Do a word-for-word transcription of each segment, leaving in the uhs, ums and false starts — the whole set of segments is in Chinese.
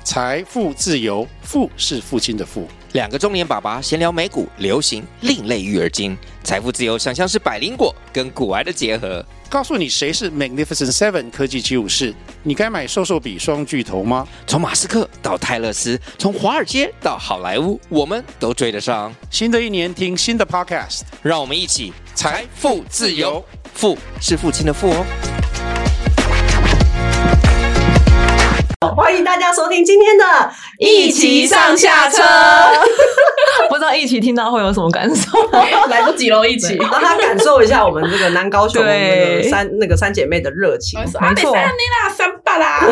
财富自由，富是父亲的富。 两个中年爸爸闲聊美股、流行、另类育儿经。财富自由想象是百灵果跟股癌的结合。 告诉你谁是 Magnificent Seven 科技七武士，你该买瘦瘦比双巨头吗？ 从马斯克到泰勒斯，从华尔街到好莱坞，我们都追得上。 新的一年听新的 Podcast， 让我们一起财富自由， 富是父亲的富哦。 欢迎大家收听今天的一起上下车不知道一起听到会有什么感受来不及了一起让他感受一下我们这个南高雄那个三那个三姐妹的热情。 没错， 啊，你三你啦三八啦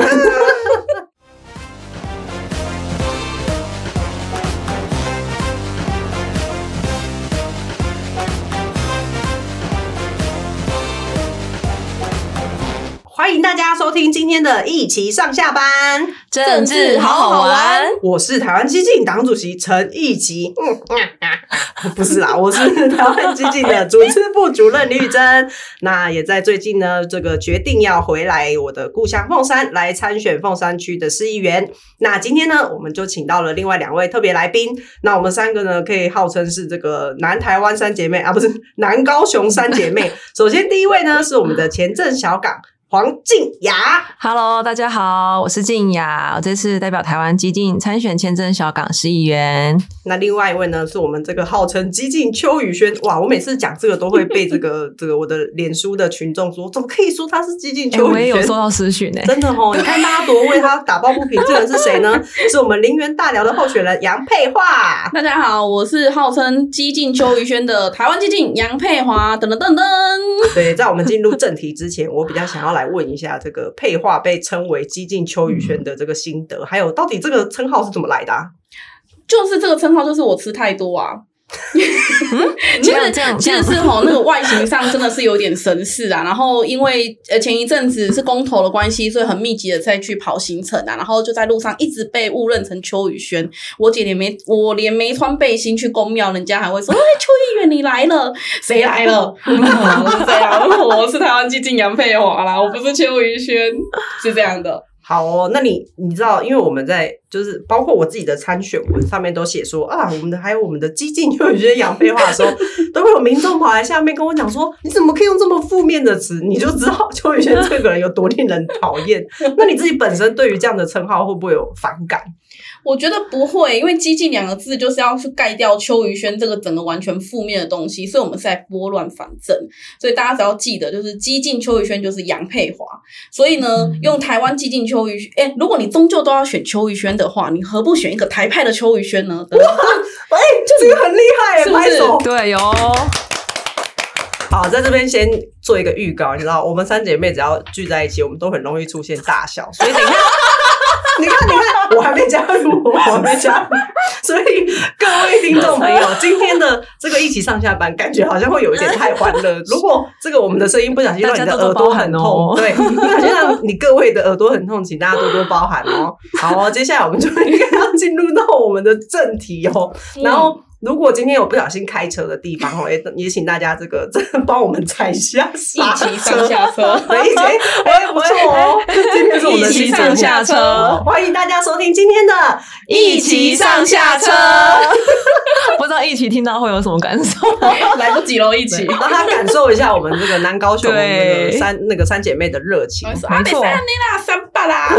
欢迎大家收听今天的一起上下班， 政治好好玩。 我是台湾基进党主席陈义奇，嗯，不是啦，我是台湾基进的组织部主任李宇珍。那也在最近呢，这个决定要回来我的故乡凤山来参选凤山区的市议员。那今天呢，我们就请到了另外两位特别来宾。那我们三个呢，可以号称是这个南台湾三姐妹啊，不是南高雄三姐妹。首先第一位呢，是我们的前镇小港黄静雅。 Hello， 大家好，我是静雅，我这次代表台湾基进参选前镇小港市议员。 那另外一位呢，是我们这个号称基进邱宇轩。哇，我每次讲这个都会被这个这个我的脸书的群众说，怎么可以说他是基进邱宇轩、欸、 我也有收到私讯欸， 真的齁，你看大家多为他打抱不平。这个人是谁呢？是我们林园大寮的候选人杨佩华。 大家好，我是号称基进邱宇轩的台湾基进杨佩华。噔噔噔噔。 对，在我们进入正题之前，我比较想要来问一下这个佩华被称为基进邱宇轩的这个心得，还有到底这个称号是怎么来的啊？ 就是这个称号就是我吃太多啊。 嗯、 其实其实是齁那个外形上真的是有点神似啊，然后因为呃前一阵子是公投的关系，所以很密集的再去跑行程啊，然后就在路上一直被误认成邱宇轩。我姐连没我连没穿背心去公庙，人家还会说：“哎，邱议员你来了，谁来了？”是这样，我是台湾基进杨佩华啦，我不是邱宇轩，是这样的。 好哦，那你你知道，因为我们在就是包括我自己的参选文上面都写说啊，我们的还有我们的基进邱宇轩杨佩华的时候，都会有民众跑来下面跟我讲说，你怎么可以用这么负面的词？你就知道邱宇轩这个人有多令人讨厌。那你自己本身对于这样的称号会不会有反感？ 我觉得不会，因为基进两个字就是要去盖掉邱宇轩这个整个完全负面的东西，所以我们是在拨乱反正。所以大家只要记得，就是基进邱宇轩就是杨佩华。所以呢，嗯、用台湾基进邱宇轩，哎，如果你终究都要选邱宇轩的话，你何不选一个台派的邱宇轩呢？哇， 哎，这个很厉害， 是不是？ 拍手， 对哟。 好，在这边先做一个预告，你知道，我们三姐妹只要聚在一起，我们都很容易出现大笑，所以等一下。你看，你看，我还没加入，我还没加入，所以各位听众朋友，今天的这个一起上下班，感觉好像会有一点太欢乐。如果这个我们的声音不小心让你的耳朵很痛，哦、对，不小心让你各位的耳朵很痛，请大家多多包涵哦。好哦，接下来我们就应该要进入到我们的正题哦，然后。如果今天有不小心开车的地方哦，也也请大家这个这帮我们踩一下刹车， 一起上下车， 对，一起，哎，不错哦，今天是我们的一起上下车， 欢迎大家收听今天的一起上下车。不知道一起听到会有什么感受？ 来不及了，一起让他感受一下我们这个南高雄那个三那个三姐妹的热情。 没错，啊、你三你啦，三八啦。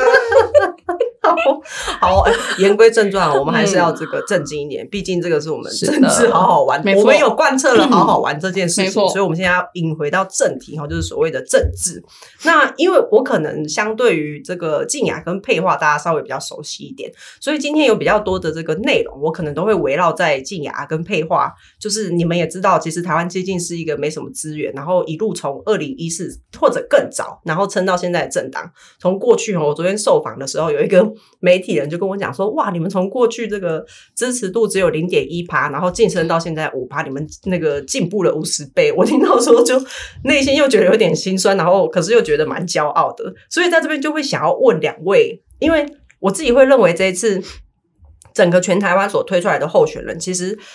好，好，言归正传，我们还是要这个正经一点，毕竟这个是我们政治好好玩，我们有贯彻了好好玩这件事情，所以我们现在要引回到正题，就是所谓的政治。那因为我可能相对于这个静雅跟佩华，大家稍微比较熟悉一点，所以今天有比较多的这个内容，我可能都会围绕在静雅跟佩华。就是你们也知道，其实台湾基进是一个没什么资源，然后一路从二零一四或者更早，然后撑到现在的政党。从过去我昨天受访的时候，有一个媒体人就跟我讲说，哇，你们从过去这个支持度只有 零点一 趴，然后晋升到现在 五趴，你们那个进步了五十倍。我听到说就内心又觉得有点心酸，然后可是又觉得蛮骄傲的。所以在这边就会想要问两位，因为我自己会认为这一次整个全台湾所推出来的候选人，其实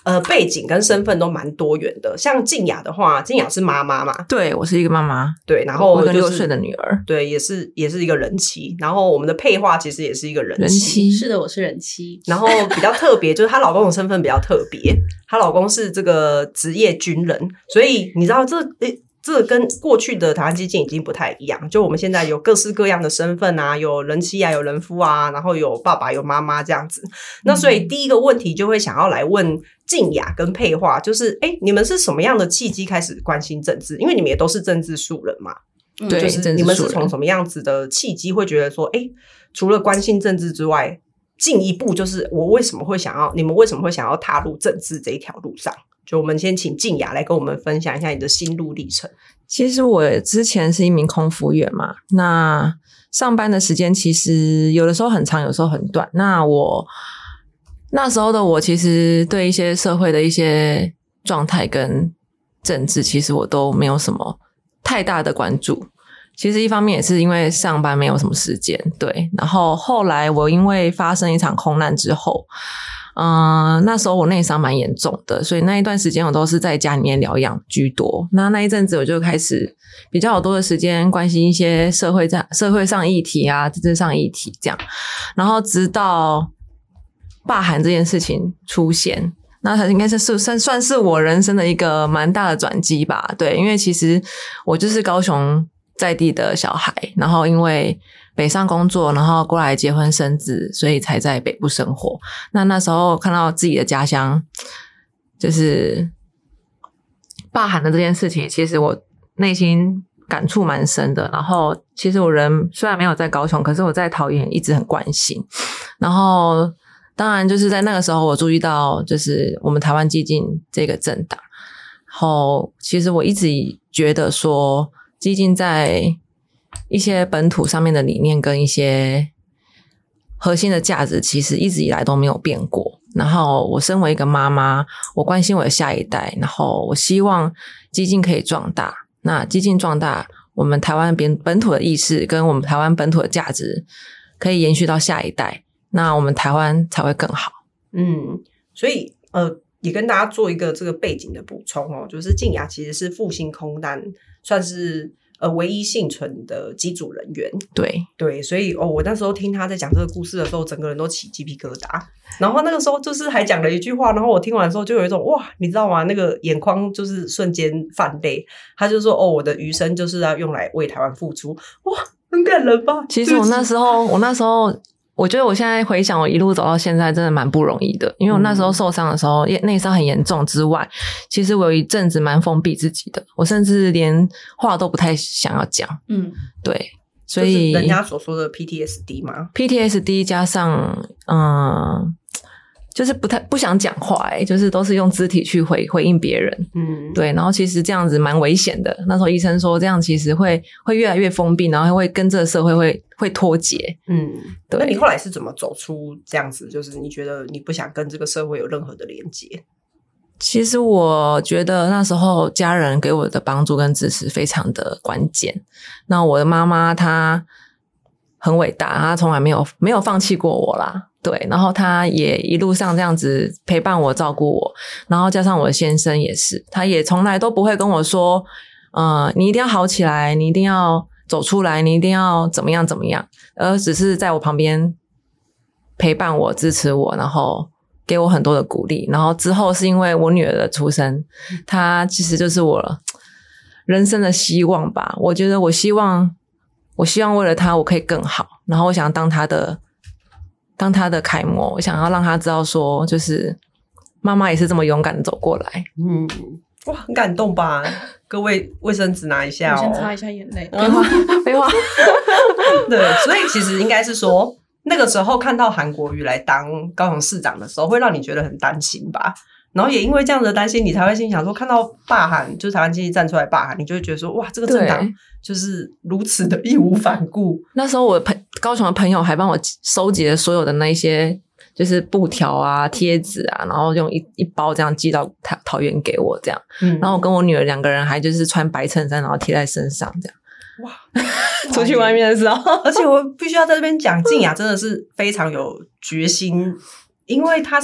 呃背景跟身份都蛮多元的。像静雅的话，静雅是妈妈嘛， 对，我是一个妈妈， 对，然后、就是、 我有个六岁的女儿， 对，也是也是一个人妻。然后我们的配话其实也是一个人妻， 人妻是的，我是人妻。 然后比较特别就是她老公的身份比较特别，她老公是这个职业军人，所以你知道这诶。这跟过去的台湾基进已经不太一样，就我们现在有各式各样的身份啊，有人妻啊，有人夫啊，然后有爸爸有妈妈这样子。那所以第一个问题就会想要来问静雅跟佩话，就是诶你们是什么样的契机开始关心政治？因为你们也都是政治素人嘛， 对， 就是你们是从什么样子的契机会觉得说，诶除了关心政治之外，进一步就是我为什么会想要，你们为什么会想要踏入政治这一条路上？就我们先请静雅来跟我们分享一下你的心路历程。 其实我之前是一名空服员嘛，那上班的时间其实有的时候很长，有时候很短。那我那时候的我其实对一些社会的一些状态跟政治，其实我都没有什么太大的关注。其实一方面也是因为上班没有什么时间，对。然后后来我因为发生一场空难之后，嗯，那时候我内伤蛮严重的，所以那一段时间我都是在家里面疗养居多。那那一阵子我就开始比较有多的时间关心一些社会上社会上议题啊，政治上议题这样。然后直到罢韩这件事情出现，那它应该是算算是我人生的一个蛮大的转机吧。对，因为其实我就是高雄在地的小孩，然后因为北上工作，然后过来结婚生子，所以才在北部生活。那那时候看到自己的家乡就是罢韩的这件事情，其实我内心感触蛮深的。然后其实我人虽然没有在高雄，可是我在桃园一直很关心。然后当然就是在那个时候我注意到就是我们台湾基进这个政党，然后其实我一直觉得说基进在一些本土上面的理念跟一些核心的价值其实一直以来都没有变过。然后我身为一个妈妈，我关心我的下一代，然后我希望基进可以壮大。那基进壮大，我们台湾本土的意识跟我们台湾本土的价值可以延续到下一代，那我们台湾才会更好。 嗯，所以呃也跟大家做一个这个背景的补充哦，就是静雅其实是复兴空难算是呃唯一幸存的机组人员。 对对，所以哦我那时候听他在讲这个故事的时候，整个人都起鸡皮疙瘩。然后那个时候就是还讲了一句话，然后我听完的时候就有一种哇，你知道吗？那个眼眶就是瞬间泛泪。他就说哦，我的余生就是要用来为台湾付出。哇，很感人吧？ 其实我那时候我那时候我觉得我现在回想我一路走到现在真的蛮不容易的，因为我那时候受伤的时候内伤很严重之外，其实我有一阵子蛮封闭自己的，我甚至连话都不太想要讲。嗯，对，所以、 就是、人家所说的 P T S D 吗？ P T S D 加上嗯就是不太不想讲话、欸、就是都是用肢体去回回应别人。嗯，对，然后其实这样子蛮危险的。那时候医生说这样其实会会越来越封闭，然后会跟这个社会会会脱节。嗯，对。 那你后来是怎么走出这样子？就是你觉得你不想跟这个社会有任何的连接？ 其实我觉得那时候家人给我的帮助跟支持非常的关键。那我的妈妈她很伟大，她从来没有没有放弃过我啦。对，然后他也一路上这样子陪伴我照顾我，然后加上我的先生也是，他也从来都不会跟我说呃，你一定要好起来，你一定要走出来，你一定要怎么样怎么样，而只是在我旁边陪伴我支持我，然后给我很多的鼓励。然后之后是因为我女儿的出生，她其实就是我人生的希望吧。我觉得我希望我希望为了她我可以更好，然后我想当她的当他的楷模，我想要让他知道说就是妈妈也是这么勇敢的走过来。 嗯，哇，很感动吧？各位卫生纸拿一下哦， 我先擦一下眼泪。 废话废话对，所以其实应该是说那个时候看到韩国瑜来当高雄市长的时候，会让你觉得很担心吧？然后也因为这样的担心，你才会心想说，看到罢韩，就是台湾经济站出来罢韩，你就会觉得说，哇，这个政党就是如此的义无反顾。 那时候我朋高雄的朋友还帮我收集了所有的那一些就是布条啊、贴纸啊，然后用一一包这样寄到桃桃园给我这样。嗯，然后我跟我女儿两个人还就是穿白衬衫，然后贴在身上这样。哇，出去外面的时候， 而且我必须要在这边讲，静雅真的是非常有决心，因为她是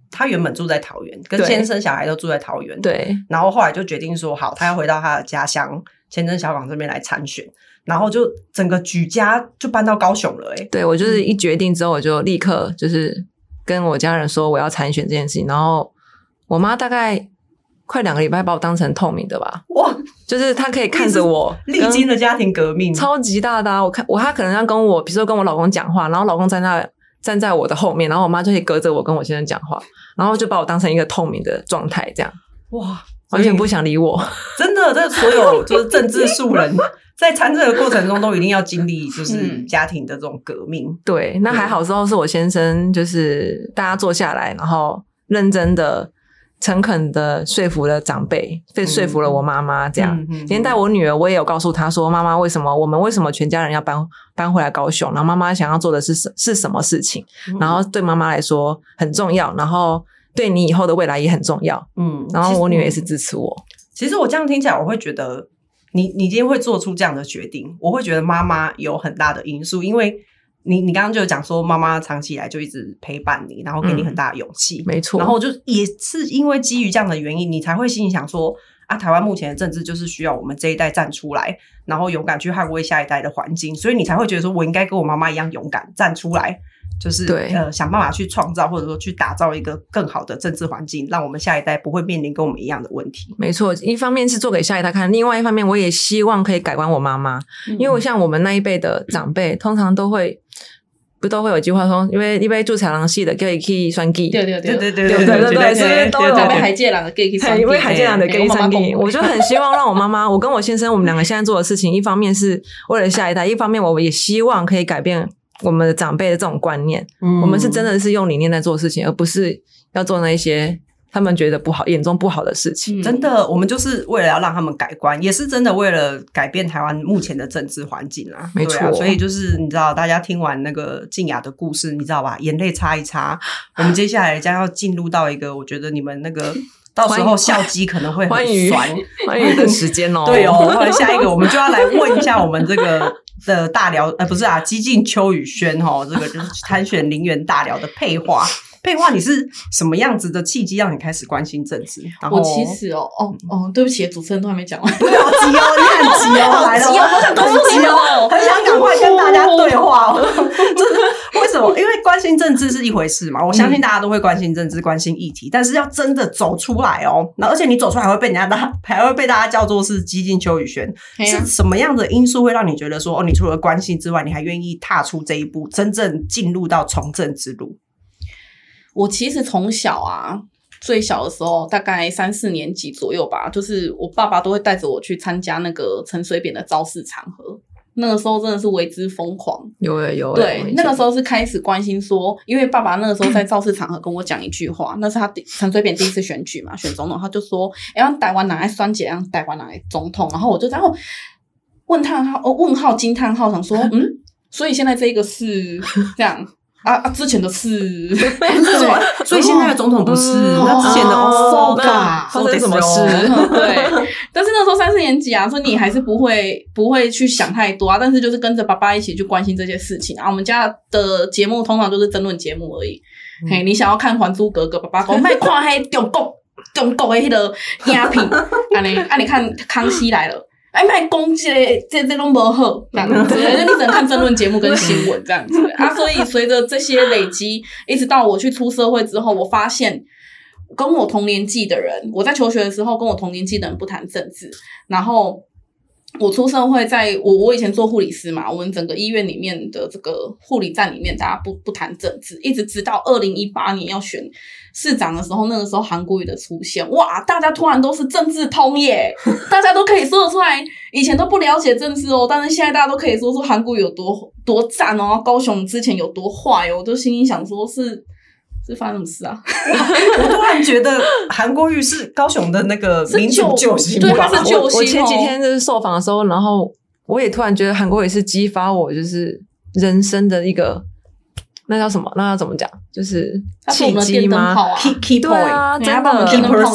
他原本住在桃园，跟先生小孩都住在桃园， 对， 然后后来就决定说好，他要回到他的家乡前镇小港这边来参选，然后就整个举家就搬到高雄了、欸。 对，我就是一决定之后，我就立刻就是跟我家人说我要参选这件事情，然后我妈大概快两个礼拜把我当成透明的吧， 哇， 就是她可以看着我历经了家庭革命， 超级大的、啊。我看我她可能要跟我，比如说跟我老公讲话，然后老公在那站在我的后面，然后我妈就可以隔着我跟我先生讲话，然后就把我当成一个透明的状态，这样哇， 完全不想理我。 真的，这所有就是政治素人在参政的过程中都一定要经历就是家庭的这种革命。嗯、 对，那还好之后是我先生，就是大家坐下来，然后认真的。诚恳的说服了长辈，被说服了我妈妈，这样、嗯嗯嗯、连带我女儿我也有告诉她说，妈妈为什么我们为什么全家人要搬搬回来高雄，然后妈妈想要做的是是什么事情、嗯、然后对妈妈来说很重要，然后对你以后的未来也很重要。嗯，然后我女儿也是支持我。 其实我这样听起来我会觉得你你今天会做出这样的决定，我会觉得妈妈有很大的因素，因为你你刚刚就有讲说妈妈长期以来就一直陪伴你，然后给你很大的勇气、嗯、 没错， 然后就也是因为基于这样的原因，你才会心里想说啊，台湾目前的政治就是需要我们这一代站出来，然后勇敢去捍卫下一代的环境，所以你才会觉得说我应该跟我妈妈一样勇敢站出来，就是呃想办法去创造或者说去打造一个更好的政治环境，让我们下一代不会面临跟我们一样的问题。 没错，一方面是做给下一代看，另外一方面我也希望可以改观我妈妈、嗯、因为像我们那一辈的长辈通常都会不都会有一句话说，因为你被做彩郎系的可以去选举， 对对对对对对对对对，是不是都有被海界郎的可以去选举， 因为海界郎的可以选举，我就很希望让我妈妈，我跟我先生，我们两个现在做的事情，一方面是为了下一代，一方面我也希望可以改变我们的长辈的这种观念、嗯、我们是真的是用理念在做事情，而不是要做那些他们觉得不好眼中不好的事情、 嗯、真的我们就是为了要让他们改观，也是真的为了改变台湾目前的政治环境啊， 没错、 啊、所以就是你知道大家听完那个静雅的故事，你知道吧，眼泪擦一擦，我们接下来将要进入到一个我觉得你们那个到时候笑肌可能会很酸欢迎的时间哦对哦，后来下一个我们就要来问一下我们这个的大寮呃不是啊激进邱宇轩齁，这个就是参选林园大寮的配话配话，你是什么样子的契机让你开始关心政治？ 我其实哦哦哦，对不起，主持人都还没讲完。 不要急哦，你很急哦，来了， 急哦，好想告诉你哦， 很想赶快跟大家对话哦。就是为什么？因为关心政治是一回事嘛，我相信大家都会关心政治、关心议题，但是要真的走出来哦，那而且你走出来还会被人家大，还会被大家叫做是激进邱宇轩，是什么样的因素会让你觉得说，哦，你除了关心之外，你还愿意踏出这一步，真正进入到从政之路？ 我其实从小啊，最小的时候大概三四年级左右吧，就是我爸爸都会带着我去参加那个陈水扁的造势场合，那个时候真的是为之疯狂。 有有有， 对，那个时候是开始关心说，因为爸爸那个时候在造势场合跟我讲一句话，那是他陈水扁第一次选举嘛，选总统，他就说，哎、欸，台湾哪来酸姐，让台湾哪来总统，然后我就然后问叹号，哦，问号惊叹号，想说，嗯，所以现在这个是这样。啊啊！之前的是， 所以现在的总统不是， 哦、 那之前的哦， 发生什么事？ 对，但是那时候三四年级啊，所以你还是不会不会去想太多啊，但是就是跟着爸爸一起去关心这些事情啊。我们家的节目通常都是争论节目而已。嗯、嘿，你想要看《还珠格格》，爸爸说：“卖看迄中国中国的迄个影片。”啊你啊，你看《康熙来了》。哎，卖攻击这这都不好，这样子，就你只能看争论节目跟新闻这样子啊。所以随着这些累积，一直到我去出社会之后，我发现跟我同年纪的人，我在求学的时候跟我同年纪的人不谈政治，然后我出社会在，在我我以前做护理师嘛，我们整个医院里面的这个护理站里面，大家不不谈政治，一直直到二零一八年要选市长的时候，那个时候韩国瑜的出现，哇，大家突然都是政治通耶，大家都可以说得出来，以前都不了解政治哦，但是现在大家都可以说出韩国瑜有多多赞哦，高雄之前有多坏哦，我就心里想说是。是发生什么事啊？ 我突然觉得韩国瑜是高雄的那个民主救星， 对，他是救星、哦。 我前几天就是受访的时候，然后我也突然觉得韩国瑜是激发我就是人生的一个那叫什么？那要怎么讲？就是契机吗 ？Key key point， 对啊，真的 key person。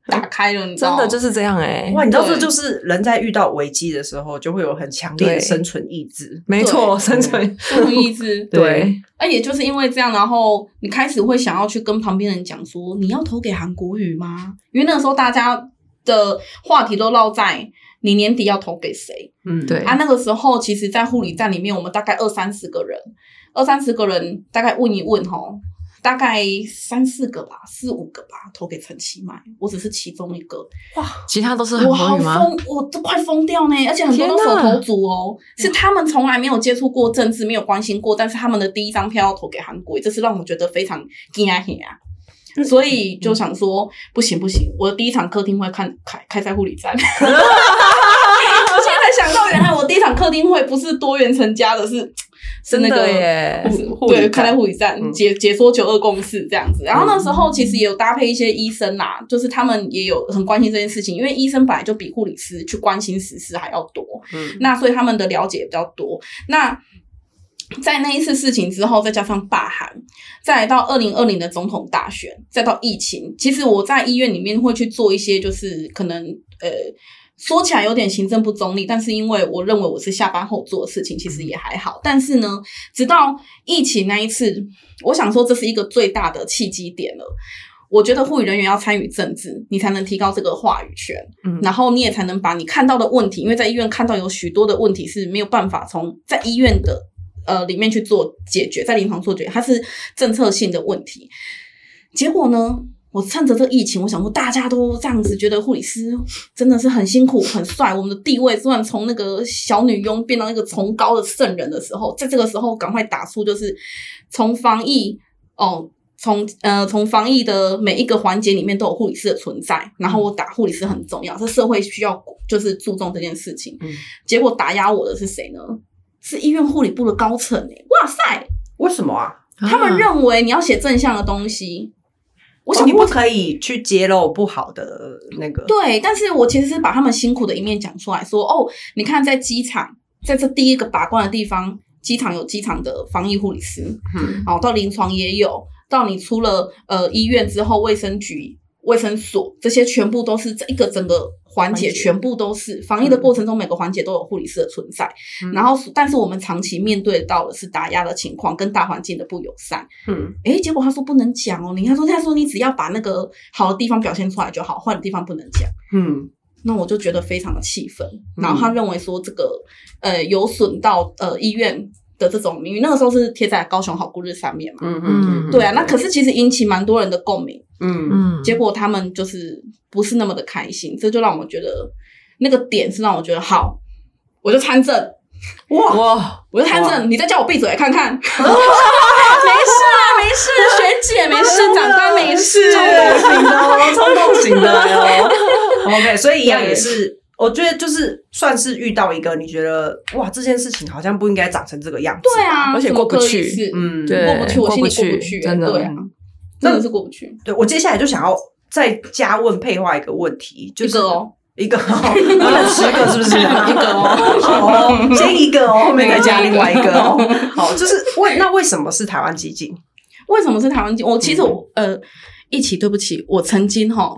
打开了，你知道真的就是这样哎、欸！ 哇，你知道这就是人在遇到危机的时候，就会有很强烈的生存意志。 没错，生存生存意志。 对， 而也就是因为这样，然后你开始会想要去跟旁边人讲说，你要投给韩国瑜吗？因为那个时候大家的话题都绕在你年底要投给谁。 嗯， 对啊，那个时候其实在护理站里面，我们大概二三十个人，二三十个人大概问一问齁，大概三四个吧，四五个吧，投给陈其迈，我只是其中一个。哇， 其他都是韩我好国语吗？ 疯，我都快疯掉呢！而且很多都手头族哦，是他们从来没有接触过政治，没有关心过，但是他们的第一张票要投给韩国瑜，这是让我觉得非常惊讶啊！所以就想说，不行不行，我的第一场客厅会看开开在护理站。我现在想到，原来我第一场客厅会不是多元成家的，是是那个耶对，看在护理站、 嗯、 解解说九二共识这样子。然后那时候其实也有搭配一些医生啦，嗯、就是他们也有很关心这件事情，因为医生本来就比护理师去关心时事还要多，嗯，那所以他们的了解也比较多。那在那一次事情之后，再加上罢韩，再来到二零二零的总统大选，再到疫情，其实我在医院里面会去做一些，就是可能呃说起来有点行政不中立，但是因为我认为我是下班后做的事情，其实也还好。但是呢，直到疫情那一次，我想说这是一个最大的契机点了。我觉得护理人员要参与政治，你才能提高这个话语权，嗯，然后你也才能把你看到的问题，因为在医院看到有许多的问题是没有办法从在医院的呃里面去做解决，在临床做解决，它是政策性的问题。结果呢，我趁着这个疫情，我想说大家都这样子觉得护理师真的是很辛苦很帅，我们的地位突然从那个小女佣变到那个崇高的圣人的时候，在这个时候赶快打出就是从防疫哦从呃从防疫的每一个环节里面都有护理师的存在，然后我打护理师很重要，这社会需要就是注重这件事情。嗯，结果打压我的是谁呢？是医院护理部的高层欸！哇塞， 为什么啊？ 他们认为你要写正向的东西。 我想、哦、你不可以去揭露不好的那个。 对，但是我其实是把他们辛苦的一面讲出来说，哦，你看在机场，在这第一个把关的地方，机场有机场的防疫护理师，嗯，哦，到临床也有，到你出了呃医院之后，卫生局、卫生所这些全部都是这一个整个环节，全部都是防疫的过程中，每个环节都有护理师的存在。嗯、然后，但是我们长期面对到的是打压的情况，跟大环境的不友善。嗯，诶，结果他说不能讲哦，你他说他说你只要把那个好的地方表现出来就好，坏的地方不能讲。嗯，那我就觉得非常的气愤。然后他认为说这个呃有损到呃医院的这种名誉，那个时候是贴在高雄好故日上面嘛。嗯嗯，对啊，那可是其实引起蛮多人的共鸣。嗯嗯，结果他们就是不是那么的开心，这就让我觉得那个点是让我觉得好，我就参政。哇哇，我就参政，你再叫我闭嘴看看。没事啊，没事，学姐没事，长官没事， 冲动型的哦，冲动型的哦。OK， 所以一样也是。我觉得就是算是遇到一个你觉得哇这件事情好像不应该长成这个样子， 对啊， 而且过不去， 嗯，对，过不去，我心里过不去， 真的， 对啊，真的是过不去。 对，我接下来就想要再加问佩花一个问题，就是一个哦， 一个哦，你有十个是不是？ 一个哦， 好，先一个哦，后面再加另外一个哦。好，就是为那为什么是台湾基进？ 为什么是台湾基进？我其实我呃。一起，对不起，我曾经齁，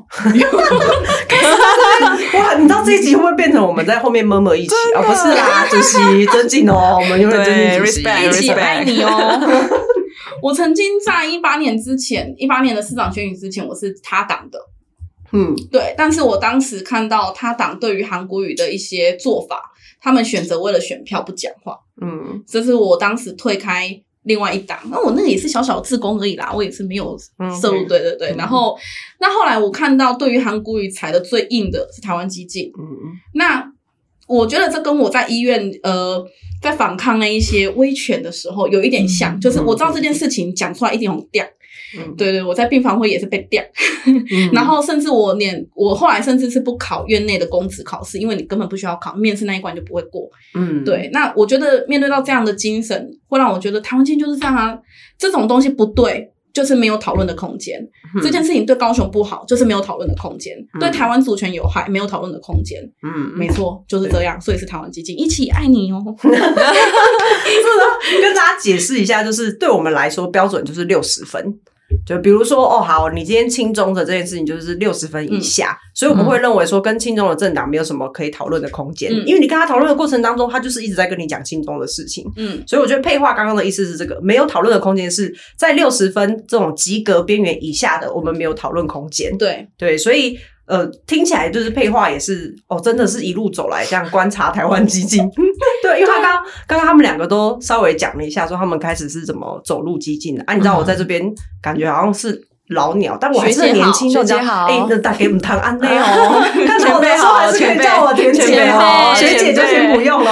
哇，你知道这一集会不会变成我们在后面摸摸一起啊、哦？不是啦，主席尊敬哦，我们永远尊敬主席， 一起爱你哦。我曾经在一八年之前，一八年的市长选举之前，我是他党的，嗯，对，但是我当时看到他党对于韩国瑜的一些做法，他们选择为了选票不讲话，嗯，这是我当时退开。另外一档，那我那个也是小小的志工而已啦，我也是没有摄入，嗯、对对对。嗯、然后，那后来我看到对于韩国瑜踩的最硬的是台湾基进，嗯，那我觉得这跟我在医院呃在反抗那一些威权的时候有一点像，嗯、就是我知道这件事情讲出来一定有掉。嗯，对对，我在病房会也是被吊，嗯、然后甚至我连我后来甚至是不考院内的公职考试，因为你根本不需要考，面试那一关就不会过。嗯，对。那我觉得面对到这样的精神，会让我觉得台湾基进就是这样啊，这种东西不对，就是没有讨论的空间。嗯、这件事情对高雄不好，就是没有讨论的空间；嗯、对台湾主权有害，没有讨论的空间。嗯，没错，就是这样。所以是台湾基进，一起爱你哦。 跟大家解释一下，就是对我们来说标准就是六十分。 就比如说哦，好，你今天亲中的这件事情就是六十分以下、嗯，所以我们会认为说跟亲中的政党没有什么可以讨论的空间、嗯，因为你跟他讨论的过程当中，他就是一直在跟你讲亲中的事情。嗯，所以我觉得配话刚刚的意思是这个，没有讨论的空间是在六十分这种及格边缘以下的，我们没有讨论空间。 对对，所以。呃，听起来就是配话也是哦，真的是一路走来这样观察台湾基进，对，因为他刚刚刚他们两个都稍微讲了一下，说他们开始是怎么走路激进的啊。你知道我在这边感觉好像是老鸟，但我还是很年轻， 学姐好， 哎，那大家唔谈安内哦，看我的时候还是可以叫我田姐哦，学姐就先不用了。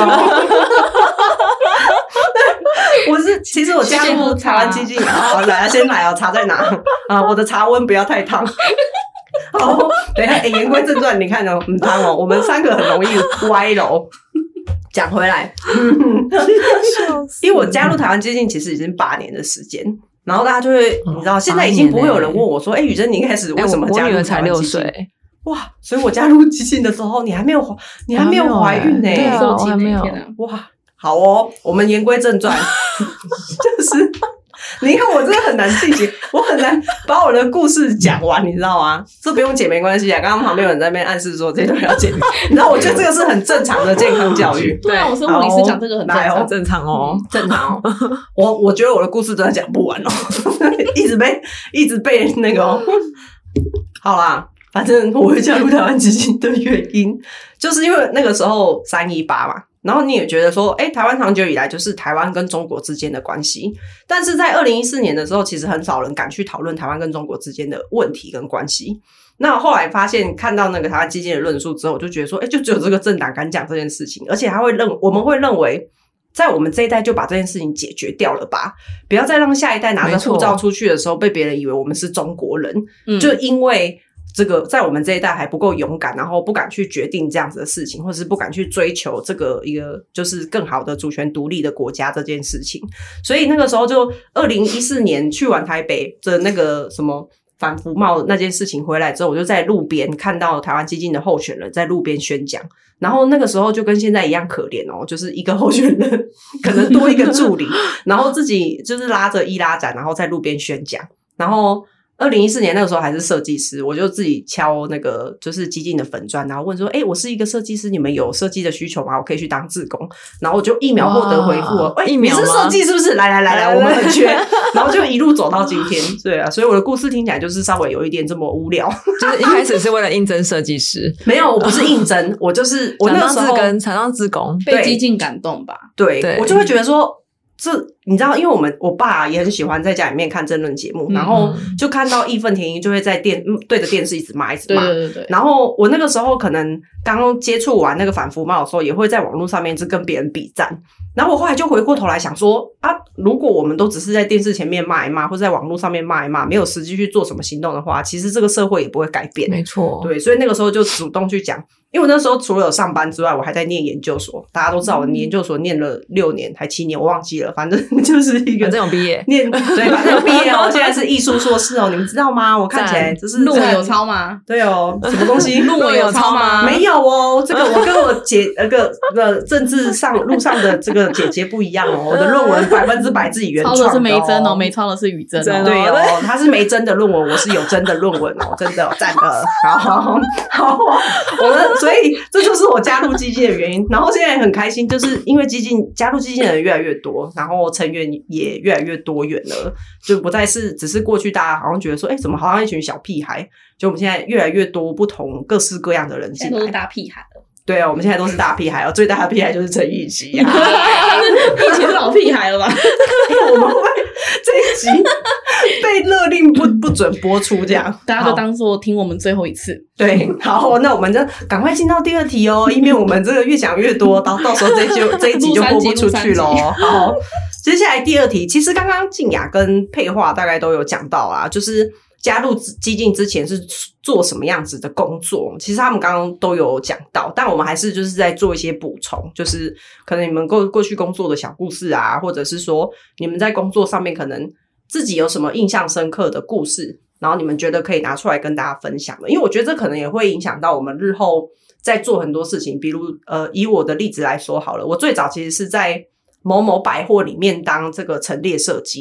我是其实我加入台湾基进啊，来先来哦，茶在哪啊？我的茶温不要太烫。好，等一下，哎、欸，言归正传，你看哦，唔汤哦，我们三个很容易歪楼。讲回来，因为我加入台湾基进其实已经八年的时间，然后大家就会，你知道，现在已经不会有人问我说，哎、欸，宇贞，你一开始为什么加入台湾基进？欸、哇，所以我加入基进的时候，你还没有，你还没有怀孕呢、欸， 对啊，我还没有。 哇，好哦，我们言归正传，就是。你看我真的很难进行，我很难把我的故事讲完，你知道吗？这不用剪没关系啊。刚刚旁边有人在那边暗示说这段要剪，你知道，我觉得这个是很正常的健康教育。 对啊，我是护理师讲这个很正常， 正常哦， 正常哦。我我觉得我的故事真的讲不完哦，一直被一直被那个、哦。好啦，反正我会加入台湾基进的原因，就是因为那个时候三一八嘛。然后你也觉得说，诶，台湾长久以来就是台湾跟中国之间的关系，但是在二零一四年的时候，其实很少人敢去讨论台湾跟中国之间的问题跟关系。那后来发现看到那个台湾基进的论述之后，我就觉得说，诶，就只有这个政党敢讲这件事情，而且还会认我们会认为，在我们这一代就把这件事情解决掉了吧，不要再让下一代拿着护照出去的时候被别人以为我们是中国人，嗯、就因为。这个在我们这一代还不够勇敢，然后不敢去决定这样子的事情，或是不敢去追求这个一个就是更好的主权独立的国家这件事情。所以那个时候就二零一四年去完台北的那个什么反服贸那件事情回来之后，我就在路边看到台湾基进的候选人在路边宣讲，然后那个时候就跟现在一样可怜哦，就是一个候选人可能多一个助理，然后自己就是拉着易拉展，然后在路边宣讲，然后。二零一四年那个时候还是设计师，我就自己敲那个就是基进的粉专，然后问说：“哎、欸，我是一个设计师，你们有设计的需求吗？我可以去当志工。”然后我就一秒获得回复了：“哎、欸，你是设计是不是？来来来来，我们很缺。”然后就一路走到今天，对啊，所以我的故事听起来就是稍微有一点这么无聊， 就是一开始是为了应征设计师， 没有，我不是应征，我就是我那时候跟常当志工， 被基进感动吧？ 对，对我就会觉得说。这你知道，因为我们我爸也很喜欢在家里面看政论节目，嗯、然后就看到义愤填膺，就会在电对着电视一直骂，一直骂。 对对对。 然后我那个时候可能刚接触完那个反服贸的时候，也会在网络上面一直跟别人比战。然后我后来就回过头来想说啊，如果我们都只是在电视前面骂一骂，或者在网络上面骂一骂，没有实际去做什么行动的话，其实这个社会也不会改变。 没错。对， 所以那个时候就主动去讲。因为我那时候除了有上班之外，我还在念研究所。大家都知道我研究所念了六年还七年，我忘记了，反正就是一个反正有毕业念，对，反正有毕业哦。现在是艺术硕士哦，你们知道吗？我看起来就是论文有抄吗？ 对哦，什么东西？ 论文有抄吗？ 没有哦，这个我跟我姐那个呃政治上路上的这个姐姐不一样哦，我的论文百分之百自己原创的、哦， 抄的是没真哦，没抄的是宇真哦， 对哦，他是没真的论文，我是有真的论文哦，真的赞的，好好，我们所以这就是。是我加入基进的原因，然后现在很开心，就是因为基进加入基进的人越来越多，然后成员也越来越多元了，就不再是只是过去大家好像觉得说，哎、欸，怎么好像一群小屁孩？就我们现在越来越多不同各式各样的人进来， 都是大屁孩了。 对啊，我们现在都是大屁孩哦，最大的屁孩就是陈奕希啊， 奕希是老屁孩了吧？ 我们会这一集被勒令不不准播出，这样大家就当做听我们最后一次。 对，好，那我们就赶快进到第二题哦，以免我们这个越讲越多，到到时候这一集这一集就播不出去咯。好，接下来第二题，其实刚刚静雅跟佩桦大概都有讲到啊，就是加入基进之前是做什么样子的工作，其实他们刚刚都有讲到，但我们还是就是在做一些补充，就是可能你们过过去工作的小故事啊，或者是说你们在工作上面可能自己有什么印象深刻的故事，然后你们觉得可以拿出来跟大家分享的，因为我觉得这可能也会影响到我们日后在做很多事情，比如呃，以我的例子来说好了，我最早其实是在某某百货里面当这个陈列设计，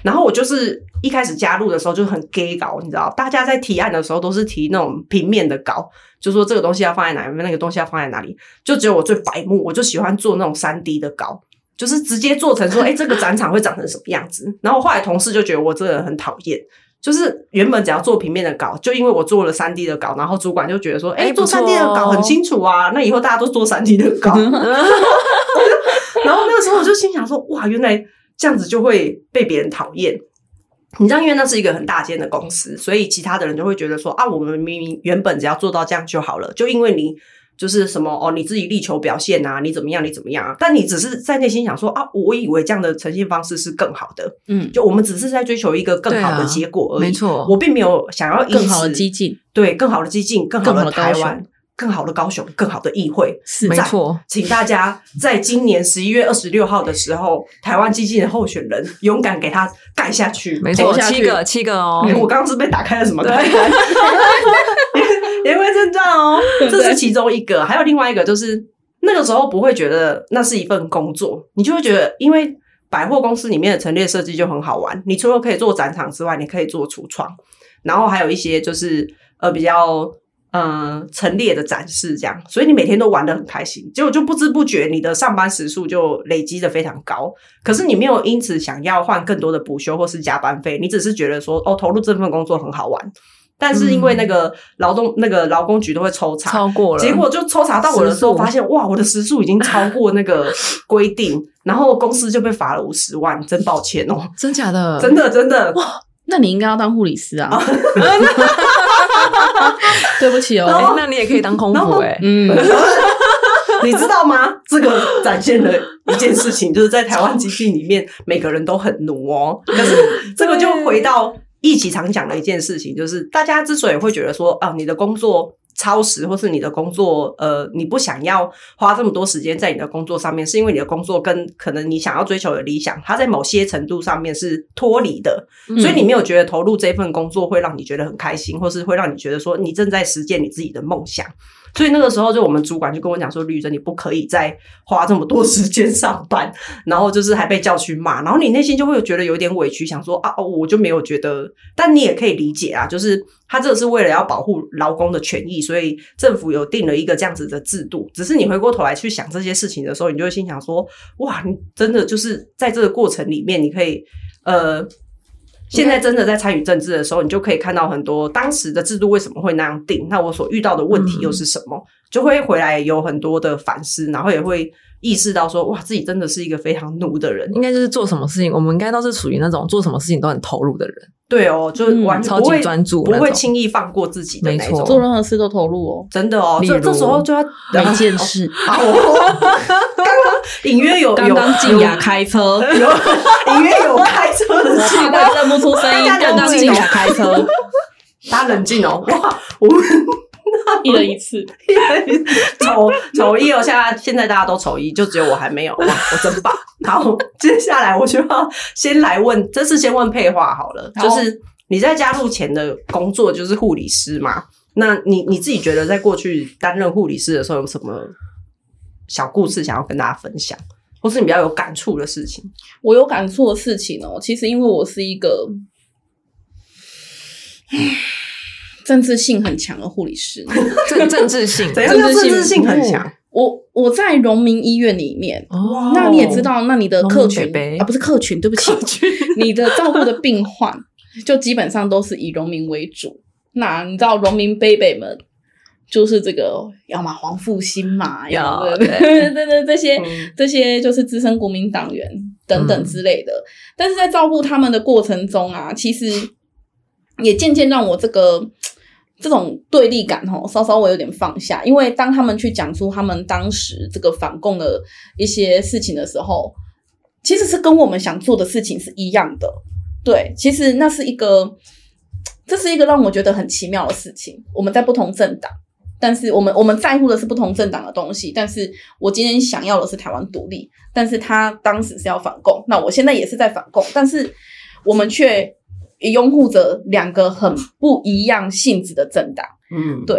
然后我就是一开始加入的时候就很 gay 搞，你知道，大家在提案的时候都是提那种平面的稿，就说这个东西要放在哪里，那个东西要放在哪里，就只有我最白目，我就喜欢做那种 三 D 的稿，就是直接做成说，哎，这个展场会长成什么样子。然后后来同事就觉得我这个人很讨厌。就是原本只要做平面的稿，就因为我做了 三 D 的稿，然后主管就觉得说，哎、欸，做 三 D 的稿很清楚啊，那以后大家都做 三 D 的稿。然后那个时候我就心想说，哇，原来这样子就会被别人讨厌。你知道，因为那是一个很大间的公司，所以其他的人就会觉得说，啊，我们明明原本只要做到这样就好了，就因为你就是什么哦，你自己力求表现啊，你怎么样，你怎么样啊？但你只是在内心想说啊，我以为这样的呈现方式是更好的，嗯，就我们只是在追求一个更好的结果而已， 啊、没错， 我并没有想要更好的激进， 对，更好的激进，更好的台湾。更好的高雄，更好的议会， 是没错。 请大家在今年十一月二十六号的时候，台湾基进的候选人勇敢给他盖下去， 没错，七个七个哦。 欸、我刚刚是被打开了什么开关？言归正传哦，这是其中一个，还有另外一个就是那个时候不会觉得那是一份工作，你就会觉得，因为百货公司里面的陈列设计就很好玩，你除了可以做展场之外，你可以做橱窗，然后还有一些就是呃比较。嗯，陈列的展示这样，所以你每天都玩得很开心，结果就不知不觉你的上班时数就累积得非常高。可是你没有因此想要换更多的补休或是加班费，你只是觉得说哦，投入这份工作很好玩。但是因为那个劳动、嗯、那个劳工局都会抽查， 超过了， 结果就抽查到我的时候，发现哇，我的时数已经超过那个规定，然后公司就被罚了五十万，真抱歉哦， 真假的， 真的真的。 那你应该要当护理师啊。对不起哦、 欸，那你也可以当空服哎、欸。 嗯， 你知道吗？这个展现了一件事情，就是在台湾基进里面，每个人都很奴哦。可是这个就回到一起常讲的一件事情，就是大家之所以会觉得说啊，你的工作超时，或是你的工作呃，你不想要花这么多时间在你的工作上面，是因为你的工作跟可能你想要追求的理想，它在某些程度上面是脱离的、嗯、所以你没有觉得投入这份工作会让你觉得很开心，或是会让你觉得说你正在实践你自己的梦想。所以那个时候就我们主管就跟我讲说，绿珍你不可以再花这么多时间上班，然后就是还被叫去骂，然后你内心就会觉得有点委屈，想说啊，我就没有觉得，但你也可以理解啊，就是他这个是为了要保护劳工的权益，所以政府有定了一个这样子的制度。只是你回过头来去想这些事情的时候，你就会心想说，哇，你真的就是在这个过程里面，你可以呃。现在真的在参与政治的时候，你就可以看到很多当时的制度为什么会那样定，那我所遇到的问题又是什么、嗯、就会回来有很多的反思，然后也会意识到说，哇，自己真的是一个非常奴的人。 应该就是做什么事情，我们应该都是属于那种做什么事情都很投入的人。 对哦，就是完全不会、 嗯、超级专注， 不会轻易放过自己的那种， 做任何事都投入哦， 真的哦。这这时候就要每件事。 好、哦，刚刚隐约有刚刚静雅开车， 有隐约有开车的气氛，认不出声音。刚刚静雅开车， 大家冷静哦。哇，我们一人一次， 丑丑一哦，现在现在大家都丑一，就只有我还没有。哇，我真棒。好，接下来我就要先来问，这次先问佩华好了，就是你在加入前的工作就是护理师嘛？那你你自己觉得在过去担任护理师的时候有什么小故事想要跟大家分享，或是你比较有感触的事情？ 我有感触的事情哦，其实因为我是一个政治性很强的护理师。 政政治性， 怎样叫政治性很强？ 我我在荣民医院里面，哦、那你也知道，那你的客群北北啊，不是客群，对不起，你的照顾的病患就基本上都是以荣民为主。那你知道荣民伯伯们就是这个，要么黄复兴嘛，要么对对对这些、嗯、这些就是资深国民党员等等之类的。嗯、但是在照顾他们的过程中啊，其实也渐渐让我这个。这种对立感齁，稍稍微有点放下，因为当他们去讲出他们当时这个反共的一些事情的时候，其实是跟我们想做的事情是一样的。对，其实那是一个，这是一个让我觉得很奇妙的事情。我们在不同政党，但是我们我们在乎的是不同政党的东西，但是我今天想要的是台湾独立，但是他当时是要反共，那我现在也是在反共，但是我们却拥护着两个很不一样性质的政党，嗯，对，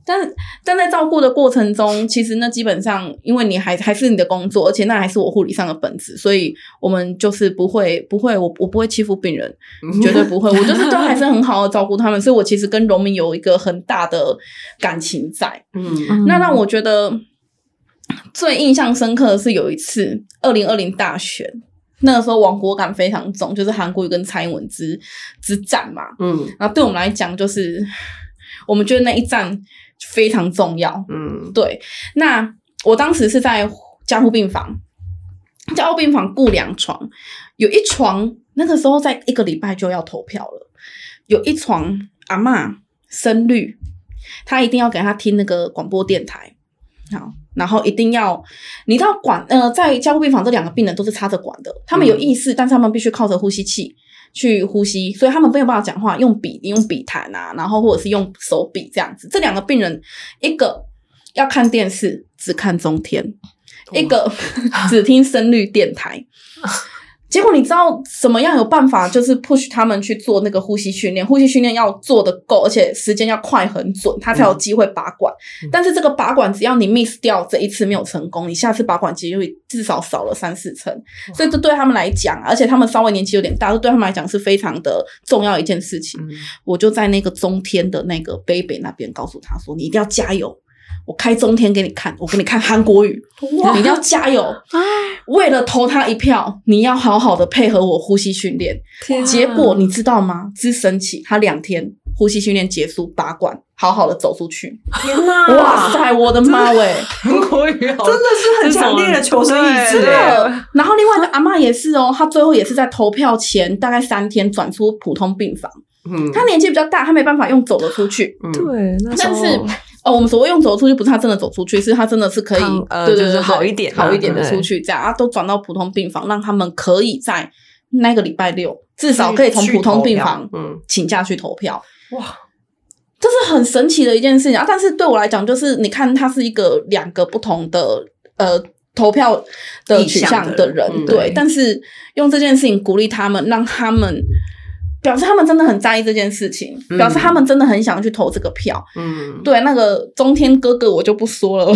但是但在照顾的过程中，其实那基本上因为你还还是你的工作，而且那还是我护理上的本质，所以我们就是不会不会我我不会欺负病人，绝对不会，我就是都还是很好的照顾他们，所以我其实跟荣民有一个很大的感情在。嗯，那让我觉得最印象深刻的是有一次二零二零大选。那个时候亡国感非常重，就是韩国瑜跟蔡英文之之战嘛，嗯，然后对我们来讲，就是我们觉得那一战非常重要，嗯，对。那我当时是在加护病房，加护病房顾两床，有一床那个时候在一个礼拜就要投票了，有一床阿嬷深绿，她一定要给她听那个广播电台，好。然后一定要，你知道管呃，在加护病房这两个病人都是插着管的，他们有意识，嗯、但是他们必须靠着呼吸器去呼吸，所以他们没有办法讲话，用笔用笔谈啊，然后或者是用手笔这样子。这两个病人，一个要看电视只看中天，一个只听声律电台。结果你知道怎么样有办法就是 push 他们去做那个呼吸训练，呼吸训练要做得够，而且时间要快很准，他才有机会拔管、嗯、但是这个拔管只要你 miss 掉这一次没有成功，你下次拔管机会至少少了三四成，所以这对他们来讲，而且他们稍微年纪有点大，这对他们来讲是非常的重要的一件事情、嗯、我就在那个中天的那个北北那边告诉他说，你一定要加油，我开中天给你看，我给你看韩国语，你一定要加油！为了投他一票，你要好好的配合我呼吸训练。结果你知道吗？之神奇，他两天呼吸训练结束，拔管，好好的走出去。 天哪！ 哇塞，我的妈喂！ 韩国语真的是很强烈的求生意志。 然后另外一个阿嬷也是哦，她最后也是在投票前大概三天转出普通病房。嗯，她年纪比较大，她没办法用走的出去。 嗯、对， 但是。哦，我们所谓用走出去，不是他真的走出去，是他真的是可以， 呃、 对对对， 就是好一点、啊， 好一点的出去，这样啊，都转到普通病房，让他们可以在那个礼拜六至少可以从普通病房请假去投票。哇，这是很神奇的一件事情啊！但是对我来讲，就是你看，他是一个两个不同的呃投票的取向的人，嗯、对，但是用这件事情鼓励他们，让他们。表示他们真的很在意这件事情，嗯、表示他们真的很想去投这个票。嗯，对，那个中天哥哥我就不说了，中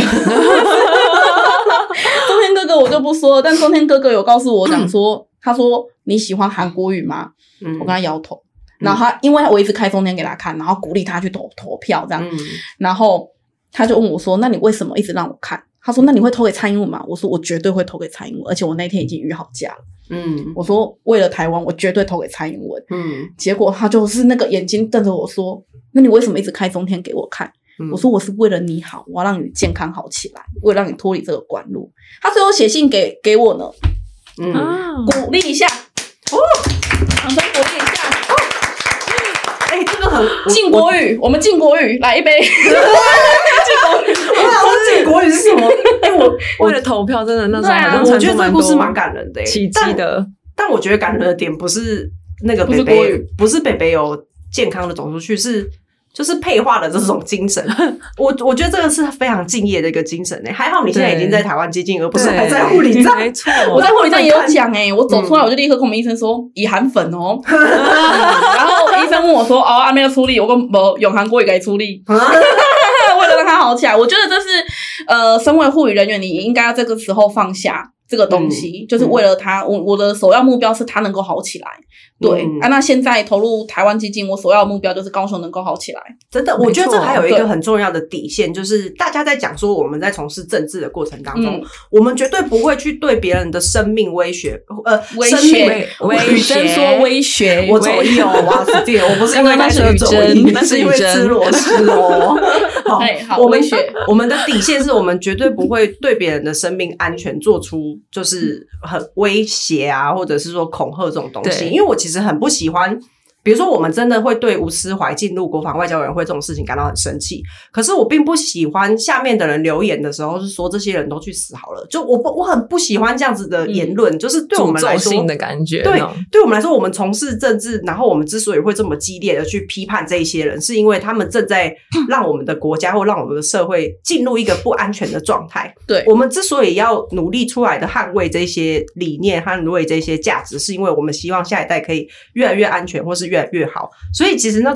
天哥哥我就不说了。但中天哥哥有告诉我讲说，他说你喜欢韩国语吗？嗯，我跟他摇头。然后他因为我一直开中天给他看，然后鼓励他去投投票这样。嗯、然后他就问我说：“那你为什么一直让我看？”他说：“那你会投给蔡英文吗？”我说：“我绝对会投给蔡英文，而且我那天已经预好假了。”嗯，我说为了台湾，我绝对投给蔡英文。嗯，结果他就是那个眼睛瞪着我说：“那你为什么一直开中天给我看？”嗯、我说：“我是为了你好，我要让你健康好起来，为了让你脱离这个管路。”他最后写信给给我呢，嗯，鼓励一下，哦，掌声鼓励一下。哦， 哎、欸，这个很晋国语，我们晋国语来一杯。 晋国语，我想说晋国语是什么？哎、欸，我为了投票，真的那时候好像我觉得这个故事蛮感人的、欸， 奇迹的但。但我觉得感人的点不是那个北北，不是北北有健康的走出去，是就是配化的这种精神。我我觉得这个是非常敬业的一个精神诶、欸。还好你现在已经在台湾接近，而不是还在护理站。 没错，我在护理站也有讲诶、欸，我走出来我就立刻跟我们医生说以韩粉哦，然后医生问我说哦，阿妹要出力，我说不，用韩国语给出力。为了让他好起来，我觉得这是呃，身为护理人员，你应该要这个时候放下这个东西，嗯、就是为了他。我我的首要目标是他能够好起来。对、嗯、啊，那现在投入台湾基金，我首要的目标就是高雄能够好起来。 真的，我觉得这还有一个很重要的底线，就是大家在讲说我们在从事政治的过程当中，嗯、我们绝对不会去对别人的生命威胁，呃， 威胁， 威胁，说威胁， 我走一哦，哇死定了，我不是因为开车走一，那是因为吃螺丝哦。好， 好， 我们我们的底线是我们绝对不会对别人的生命安全做出就是很威胁啊，或者是说恐吓这种东西，因为我其实很不喜欢。比如说我们真的会对吴思怀进入国防外交委员会这种事情感到很生气，可是我并不喜欢下面的人留言的时候是说这些人都去死好了，就我我很不喜欢这样子的言论、嗯、就是对我们来说诅咒性的感觉， 对，对我们来说我们从事政治，然后我们之所以会这么激烈的去批判这一些人，是因为他们正在让我们的国家或让我们的社会进入一个不安全的状态。 对， 我们之所以要努力出来的捍卫这些理念，捍卫这些价值，是因为我们希望下一代可以越来越安全或是越来越好。所以其实那种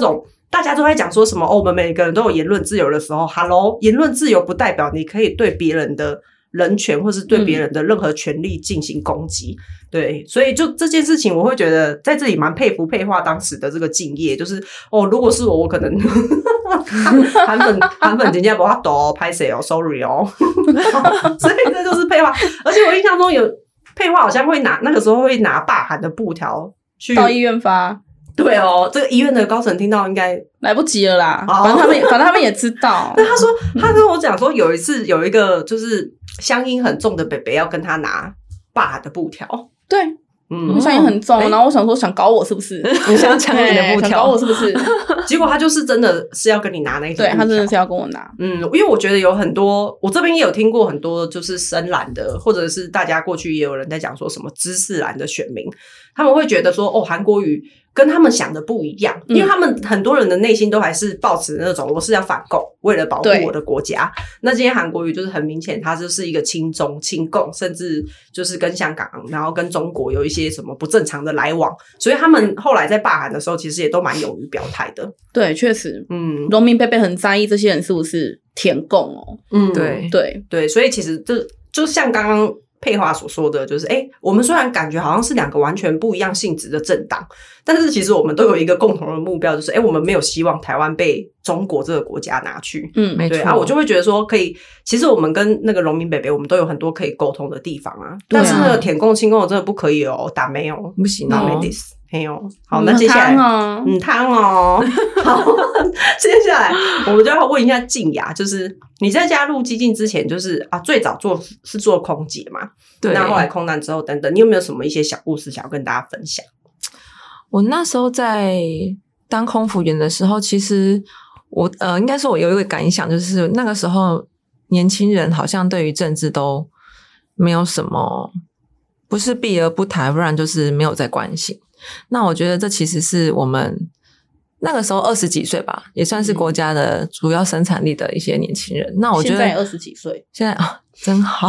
大家都在讲说什么哦，我们每个人都有言论自由的时候 ，Hello， 言论自由不代表你可以对别人的人权或是对别人的任何权利进行攻击。嗯、对，所以就这件事情，我会觉得在这里蛮佩服佩桦当时的这个敬业，就是哦，如果是我，我可能韩粉韩粉人家不要抖拍谁哦 ，sorry 哦，所以这就是佩桦。而且我印象中有佩桦好像会拿那个时候会拿罢韩的布条去到医院发。 对哦，这个医院的高层听到应该来不及了啦。反正他们也，反正他们也知道。 那他说，他跟我讲说，有一次有一个就是乡音很重的北北要跟他拿罢的布条。 对，嗯，乡音很重，然后我想说，想搞我是不是？ 你想抢你的布条， 想搞我是不是？ 结果他就是真的是要跟你拿那一种， 对他真的是要跟我拿。 嗯，因为我觉得有很多，我这边也有听过很多，就是深蓝的，或者是大家过去也有人在讲说什么知识蓝的选民，他们会觉得说，哦，韩国瑜跟他们想的不一样，因为他们很多人的内心都还是抱持那种我是要反共，为了保护我的国家。那今天韩国瑜就是很明显，他就是一个亲中亲共，甚至就是跟香港然后跟中国有一些什么不正常的来往，所以他们后来在罢韩的时候其实也都蛮勇于表态的。 对，确实， 嗯， 农民伯伯很在意这些人是不是舔共哦。 嗯， 对对对，所以其实这就像刚刚佩桦所说的，就是诶我们虽然感觉好像是两个完全不一样性质的政党，但是其实我们都有一个共同的目标，就是诶我们没有希望台湾被中国这个国家拿去。 嗯， 没错。啊，我就会觉得说可以，其实我们跟那个农民北北我们都有很多可以沟通的地方啊。但是那个舔共亲共的真的不可以哦，打没有， 不行打没哦。 没有。好，那接下来嗯汤哦，好，接下来我们就要问一下静雅，就是你在加入基进之前，就是啊最早做是做空姐嘛， 对， 那后来空难之后等等，你有没有什么一些小故事想要跟大家分享？ 我那时候在当空服员的时候，其实我呃，应该说我有一个感想，就是那个时候年轻人好像对于政治都没有什么，不是避而不谈，不然就是没有在关心。那我觉得这其实是我们那个时候二十几岁吧，也算是国家的主要生产力的一些年轻人。那我觉得现在二十几岁， 现在啊，真好。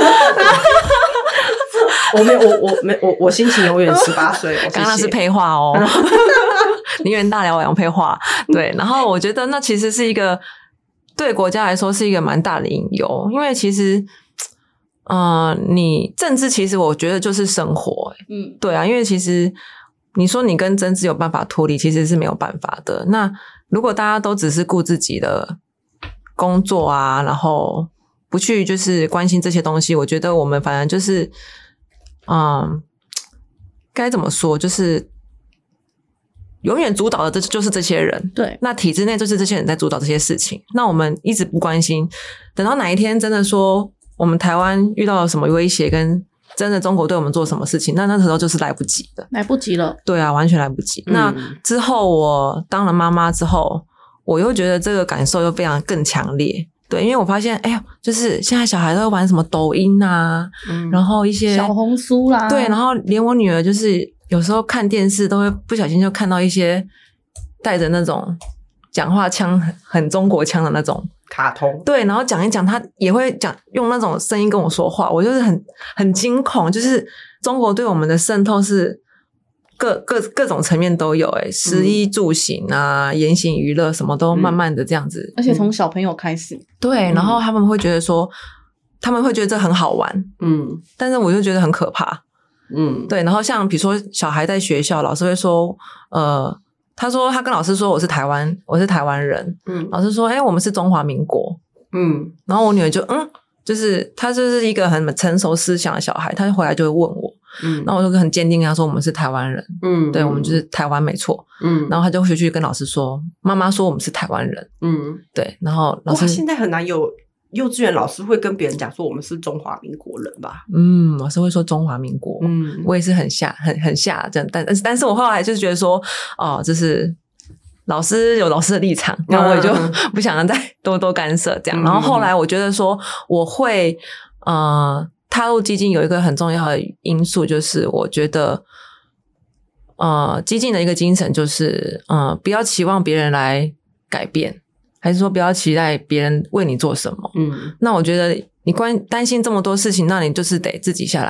我没有，我我没我我心情永远十八岁。 刚刚是配话哦，林园大寮养配话。对，然后我觉得那其实是一个对国家来说是一个蛮大的隐忧，因为其实。呃，你政治其实我觉得就是生活、欸， 嗯， 对啊，因为其实你说你跟政治有办法脱离，其实是没有办法的。那如果大家都只是顾自己的工作啊，然后不去就是关心这些东西，我觉得我们反正就是，嗯，该怎么说，就是永远主导的这就是这些人， 对， 那体制内就是这些人在主导这些事情。那我们一直不关心，等到哪一天真的说。我们台湾遇到了什么威胁，跟真的中国对我们做什么事情，那那时候就是来不及的， 来不及了。 对啊，完全来不及。嗯、那之后我当了妈妈之后，我又觉得这个感受又非常更强烈。对，因为我发现，哎呦，就是现在小孩都会玩什么抖音啊，嗯、然后一些小红书啦， 对，然后连我女儿就是有时候看电视都会不小心就看到一些带着那种讲话腔很很中国腔的那种。 卡通对，然后讲一讲，他也会讲用那种声音跟我说话，我就是很很惊恐，就是中国对我们的渗透是各各各种层面都有、欸，诶食衣住行啊，言行娱乐什么都慢慢的这样子， 而且从小朋友开始，嗯、 对，然后他们会觉得说，他们会觉得这很好玩， 嗯， 但是我就觉得很可怕， 嗯， 对，然后像比如说小孩在学校，老师会说，呃。他说他跟老师说我是台湾我是台湾人，嗯，老师说诶、欸、我们是中华民国， 嗯， 然后我女儿就嗯，就是她就是一个很成熟思想的小孩，她回来就会问我，嗯，然后我就很坚定跟她说我们是台湾人，嗯，对，我们就是台湾没错，嗯，然后她就回去跟老师说，妈妈说我们是台湾人，嗯，对，然后老师哇现在很难有幼稚园老师会跟别人讲说我们是中华民国人吧？ 嗯，老师会说中华民国，嗯，我也是很下很很下这样，但但是我后来就是觉得说，哦，就是老师有老师的立场，然后我也就不想再多多干涉这样。嗯、然后后来我觉得说，我会呃踏入基进有一个很重要的因素，就是我觉得呃基进的一个精神就是呃不要期望别人来改变。还是说不要期待别人为你做什么？嗯，那我觉得你关担心这么多事情，那你就是得自己下来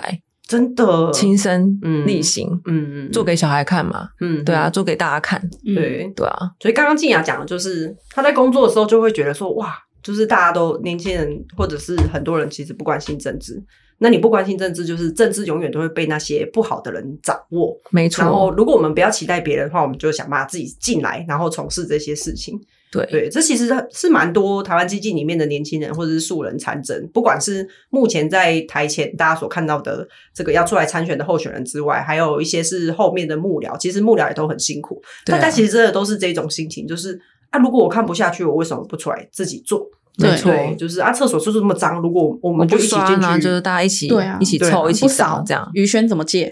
真的亲身力行， 嗯嗯， 做给小孩看嘛， 嗯， 对啊，做给大家看， 对对啊。 所以刚刚静雅讲的就是他在工作的时候就会觉得说，哇，就是大家都年轻人或者是很多人其实不关心政治。那你不关心政治，就是政治永远都会被那些不好的人掌握， 没错。 然后，如果我们不要期待别人的话，我们就想办法自己进来，然后从事这些事情。 对对，这其实是蛮多台湾基进里面的年轻人或者是素人参政，不管是目前在台前大家所看到的这个要出来参选的候选人之外，还有一些是后面的幕僚，其实幕僚也都很辛苦，啊、大家其实真的都是这种心情，就是啊，如果我看不下去，我为什么不出来自己做？ 没错， 就是啊，厕所就是这么脏，如果我们就一起进去， 啊、就是大家一起， 对啊， 一起臭，啊、一起扫，这样。 于轩怎么借？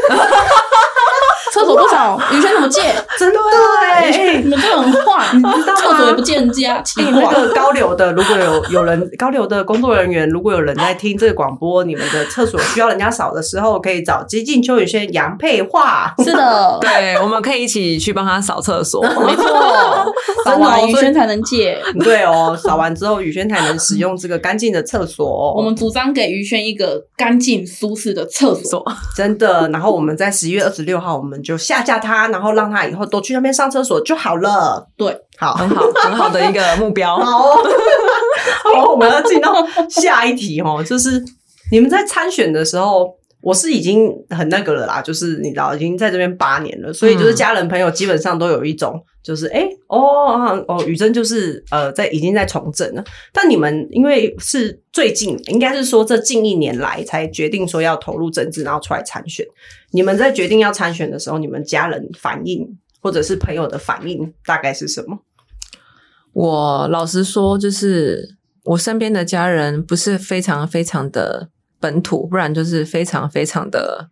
厕所不扫，于轩怎么借？ 真的哎， 你们真的很坏，你知道吗？厕所也不借人家，奇怪。 那个高流的，如果有有人高流的工作人员，如果有人在听这个广播，你们的厕所需要人家扫的时候，可以找基进邱宇轩、杨佩桦。 是的， 对，我们可以一起去帮他扫厕所， 没错，扫完宇轩才能借。 对哦，扫完之后宇轩才能使用这个干净的厕所、哦。 我们主张给宇轩一个干净舒适的厕所， 真的。然后我们在十一月二十六号，我们就下架他，然后让他以后都去那边上厕所就好了。 对， 好， 很好，很好的一个目标。 好，好，我们要进到下一题哦，就是你们在参选的时候，我是已经很那个了啦，就是你知道，已经在这边八年了，所以就是家人朋友基本上都有一种，就是哎、欸，哦哦，宇珍就是呃，在已经在从政了。但你们因为是最近，应该是说这近一年来才决定说要投入政治，然后出来参选。你们在决定要参选的时候，你们家人反应或者是朋友的反应大概是什么？ 我老实说，就是我身边的家人不是非常非常的本土，不然就是非常非常的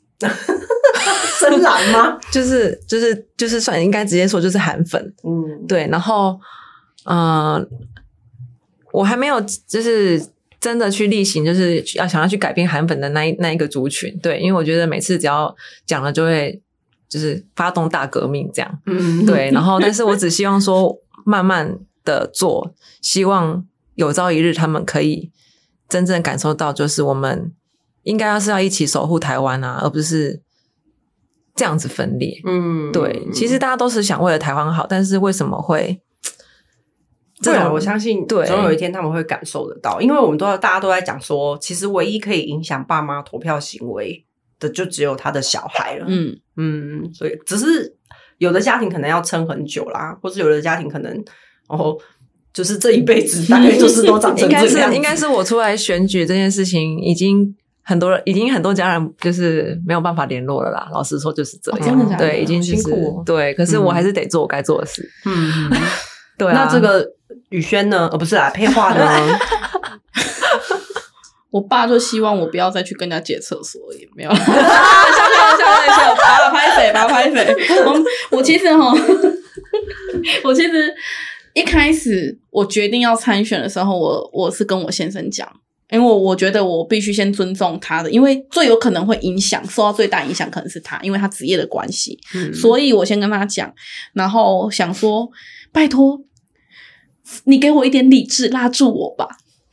深蓝吗？ 就是就是就是算应该直接说就是韩粉， 嗯， 对。然后，呃，我还没有就是真的去力行，就是要想要去改变韩粉的那一那一个族群，对，因为我觉得每次只要讲了就会就是发动大革命这样， 嗯， 对。然后，但是我只希望说慢慢的做，希望有朝一日他们可以真正感受到，就是我们应该要是要一起守护台湾啊，而不是这样子分裂。嗯，对，其实大家都是想为了台湾好，但是为什么会？ 这种我相信， 对， 总有一天他们会感受得到，因为我们都大家都在讲说，其实唯一可以影响爸妈投票行为的，就只有他的小孩了。嗯嗯，所以只是有的家庭可能要撑很久啦，或是有的家庭可能哦，就是这一辈子大概就是都长成这样子。 应该是应该是我出来选举这件事情，已经很多人，已经很多家人就是没有办法联络了啦。老实说就是这样， 哦、真的假的？ 对，已经就是辛苦、哦、 对，可是我还是得做我该做的事。 嗯， 对啊。 那这个宇轩呢？呃，不是啊，佩桦呢？ 我爸就希望我不要再去跟人家借厕所，也没有。笑笑笑笑，把他拍谁，把他拍谁。我我其实哈，我其实一开始我决定要参选的时候，我我是跟我先生讲，因为我我觉得我必须先尊重他的，因为最有可能会影响，受到最大影响可能是他，因为他职业的关系，嗯、所以我先跟他讲，然后想说，拜托，你给我一点理智，拉住我吧。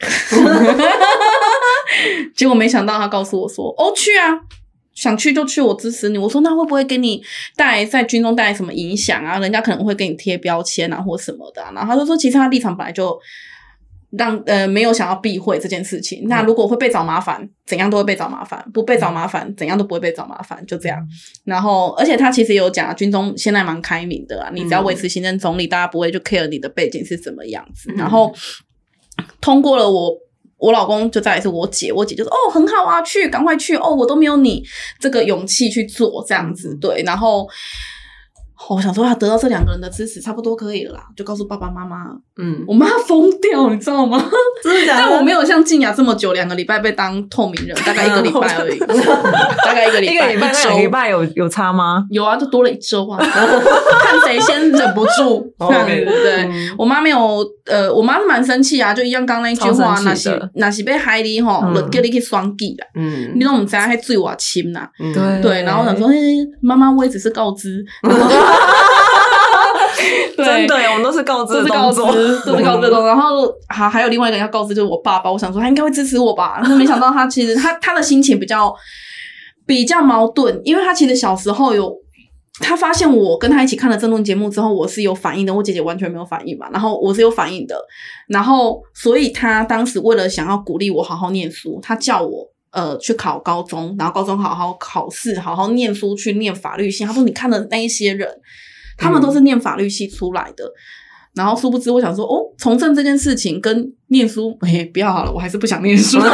结果没想到他告诉我说，哦，去啊，想去就去，我支持你。我说那会不会给你带来在军中带来什么影响啊？人家可能会给你贴标签啊或什么的、啊、然后他就说其实他立场本来就让呃没有想要避讳这件事情，那如果会被找麻烦怎样都会被找麻烦，不被找麻烦怎样都不会被找麻烦，就这样。然后而且他其实也有讲军中现在蛮开明的啊，你只要维持行政中立、嗯、大家不会就 care 你的背景是怎么样子、嗯、然后通过了我我老公就再来是我姐，我姐就说哦很好啊，去赶快去哦，我都没有你这个勇气去做这样子，对。然后我想说要得到这两个人的支持差不多可以了啦，就告诉爸爸妈妈，嗯，我妈疯掉你知道吗？ 真的假的？ 但我没有像静雅这么久，两个礼拜被当透明人，大概一个礼拜而已，大概一个礼拜， 一个礼拜两个礼拜有有差吗？ 有啊，就多了一周啊，看谁先忍不住，对不对？嗯、我妈没有，呃，我妈是蛮生气啊，就一样刚那一句话，那是那是被害你吼，就叫你去双击啦，嗯，你都不知道还水偌深啦， 对对，然后我想说，哎，妈妈我也只是告知。 真的耶，我们都是告知的动作， 都是告知的动作。然后还还有另外一个人要告知，就是我爸爸。我想说他应该会支持我吧，但没想到他其实他他的心情比较比较矛盾，因为他其实小时候有。他发现我跟他一起看了政论节目之后，我是有反应的，我姐姐完全没有反应嘛，然后我是有反应的，然后所以他当时为了想要鼓励我好好念书，他叫我呃去考高中，然后高中好好考试，好好念书，去念法律系。他说你看的那一些人，他们都是念法律系出来的。嗯，然后殊不知我想说哦，从政这件事情跟念书，哎，不要好了，我还是不想念书。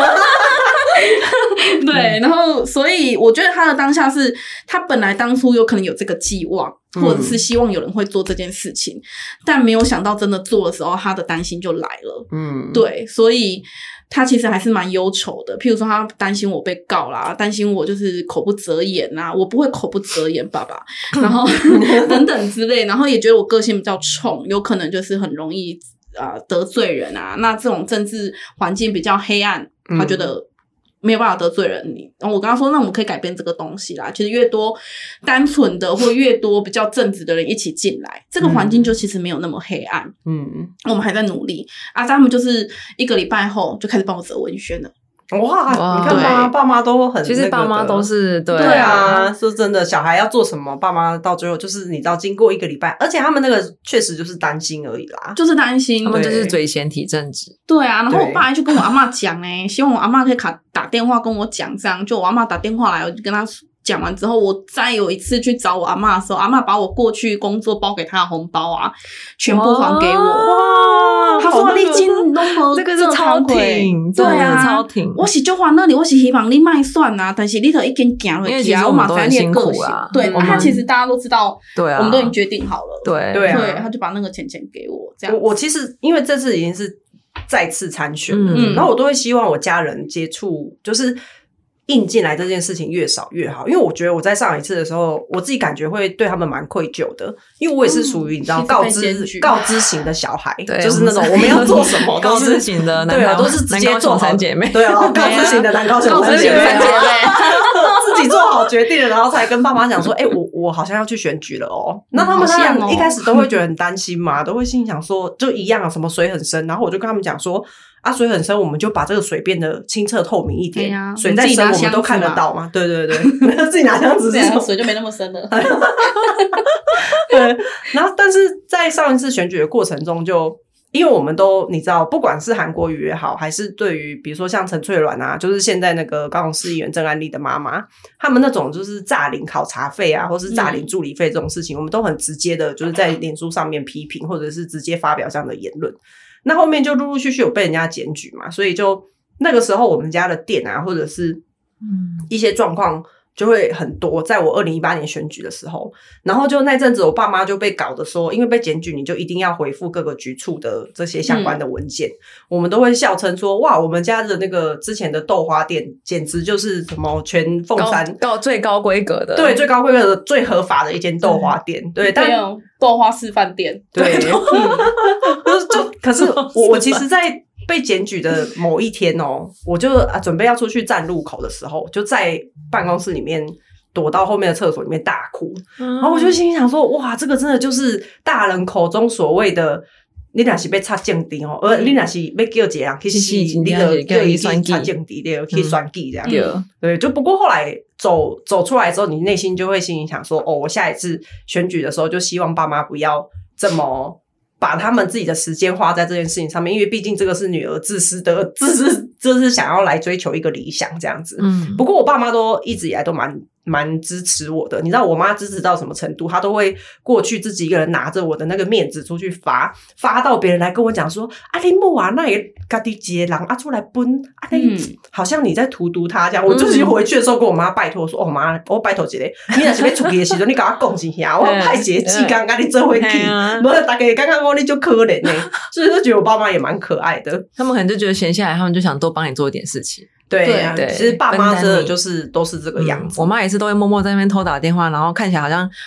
对，然后所以我觉得他的当下是他本来当初有可能有这个寄望，或者是希望有人会做这件事情，嗯，但没有想到真的做的时候，他的担心就来了。嗯，对，所以他其实还是蛮忧愁的。譬如说他担心我被告啦，担心我就是口不择言啊，我不会口不择言爸爸，然后等等之类，然后也觉得我个性比较冲，有可能就是很容易呃得罪人啊，那这种政治环境比较黑暗，他觉得没有办法得罪人。然后我跟他说那我们可以改变这个东西啦，其实越多单纯的或越多比较正直的人一起进来，这个环境就其实没有那么黑暗。嗯，我们还在努力啊，他们就是一个礼拜后就开始帮我折文宣了。 哇，你看爸爸妈都很、那个、 其实爸妈都是对对啊，说真的，小孩要做什么，爸妈到最后就是你知道，经过一个礼拜，而且他们那个确实就是担心而已啦， 就是担心， 他们就是嘴嫌体正直。 对啊，然后我爸还去跟我阿嬷讲诶，希望我阿嬷可以打打电话跟我讲，这样就我阿嬷打电话来，我就跟他讲完之后，我再有一次去找我阿嬷的时候，阿嬷把我过去工作包给她的红包啊，全部还给我。哇，他说你今拢无这个是超挺， 对啊， 超挺。 我是就还那里，我是希望你卖算啊，但是你都已经行了， 因为其实我们都很辛苦啊。 对，他其实大家都知道， 对啊， 我们都已经决定好了。 对对对，他就把那个钱钱给我，这样。 我我其实因为这次已经是再次参选了，嗯，然后我都会希望我家人接触，就是印进来这件事情越少越好，因为我觉得我在上一次的时候，我自己感觉会对他们蛮愧疚的，因为我也是属于你知道告知告知型的小孩，就是那种我们要做什么告知型的， 对啊，都是直接做三姐妹， 对啊，告知型的男高雄三姐妹，自己做好决定了，然后才跟爸妈讲说，哎、欸，我我好像要去选举了哦。那他们当然一开始都会觉得很担心嘛，都会心想说，就一样啊，什么水很深，然后我就跟他们讲说。啊，水很深，我们就把这个水变得清澈透明一点。啊、水再深，我们都看得到嘛。对对对，自己拿箱子， 这水就没那么深了。 对，然后但是在上一次选举的过程中就，就因为我们都你知道，不管是韩国瑜也好，还是对于比如说像陈翠鸾啊，就是现在那个高雄市议员郑安丽的妈妈，他们那种就是诈领考察费啊，或是诈领助理费这种事情，嗯、我们都很直接的，就是在脸书上面批评，或者是直接发表这样的言论。那后面就陆陆续续有被人家检举嘛，所以就那个时候我们家的店啊，或者是一些状况就会很多。在我二零一八年选举的时候，然后就那阵子我爸妈就被搞得说，因为被检举，你就一定要回复各个局处的这些相关的文件。嗯、我们都会笑称说，哇，我们家的那个之前的豆花店，简直就是什么全凤山高最高规格的， 对，最高规格的最合法的一间豆花店。嗯、对，但豆花示范店， 对，就就可是我我其实，在被检举的某一天哦，我就啊准备要出去站路口的时候，就在办公室里面躲到后面的厕所里面大哭，嗯、然后我就心里想说，哇，这个真的就是大人口中所谓的。你若是要插政治吼，而你若是要叫一个人去死，你就叫伊去插政治，对，去选举这样。嗯、对，就不过后来走走出来之后，你内心就会心里想说，哦，我下一次选举的时候，就希望爸妈不要这么把他们自己的时间花在这件事情上面，因为毕竟这个是女儿自私的，自私就是想要来追求一个理想这样子。嗯，不过我爸妈都一直以来都蛮。蛮支持我的，你知道我妈支持到什么程度？她都会过去自己一个人拿着我的那个面子出去发，发到别人来跟我讲说：“啊，你某啊，那也家己一个人啊出来分啊，那、嗯、好像你在荼毒他这样。”我自己回去的时候跟我妈拜托说：“哦妈，我拜托一个，你若是要出去的时候，你跟我讲一下，我派一个志刚跟你做伙去，无大家刚刚我你就可怜呢。”所以就觉得我爸妈也蛮可爱的， 他们可能就觉得闲下来，他们就想多帮你做一点事情。 对啊，对，其实爸妈真的就是都是这个样子。 嗯、我妈也是都会默默在那边偷打电话，然后看起来好像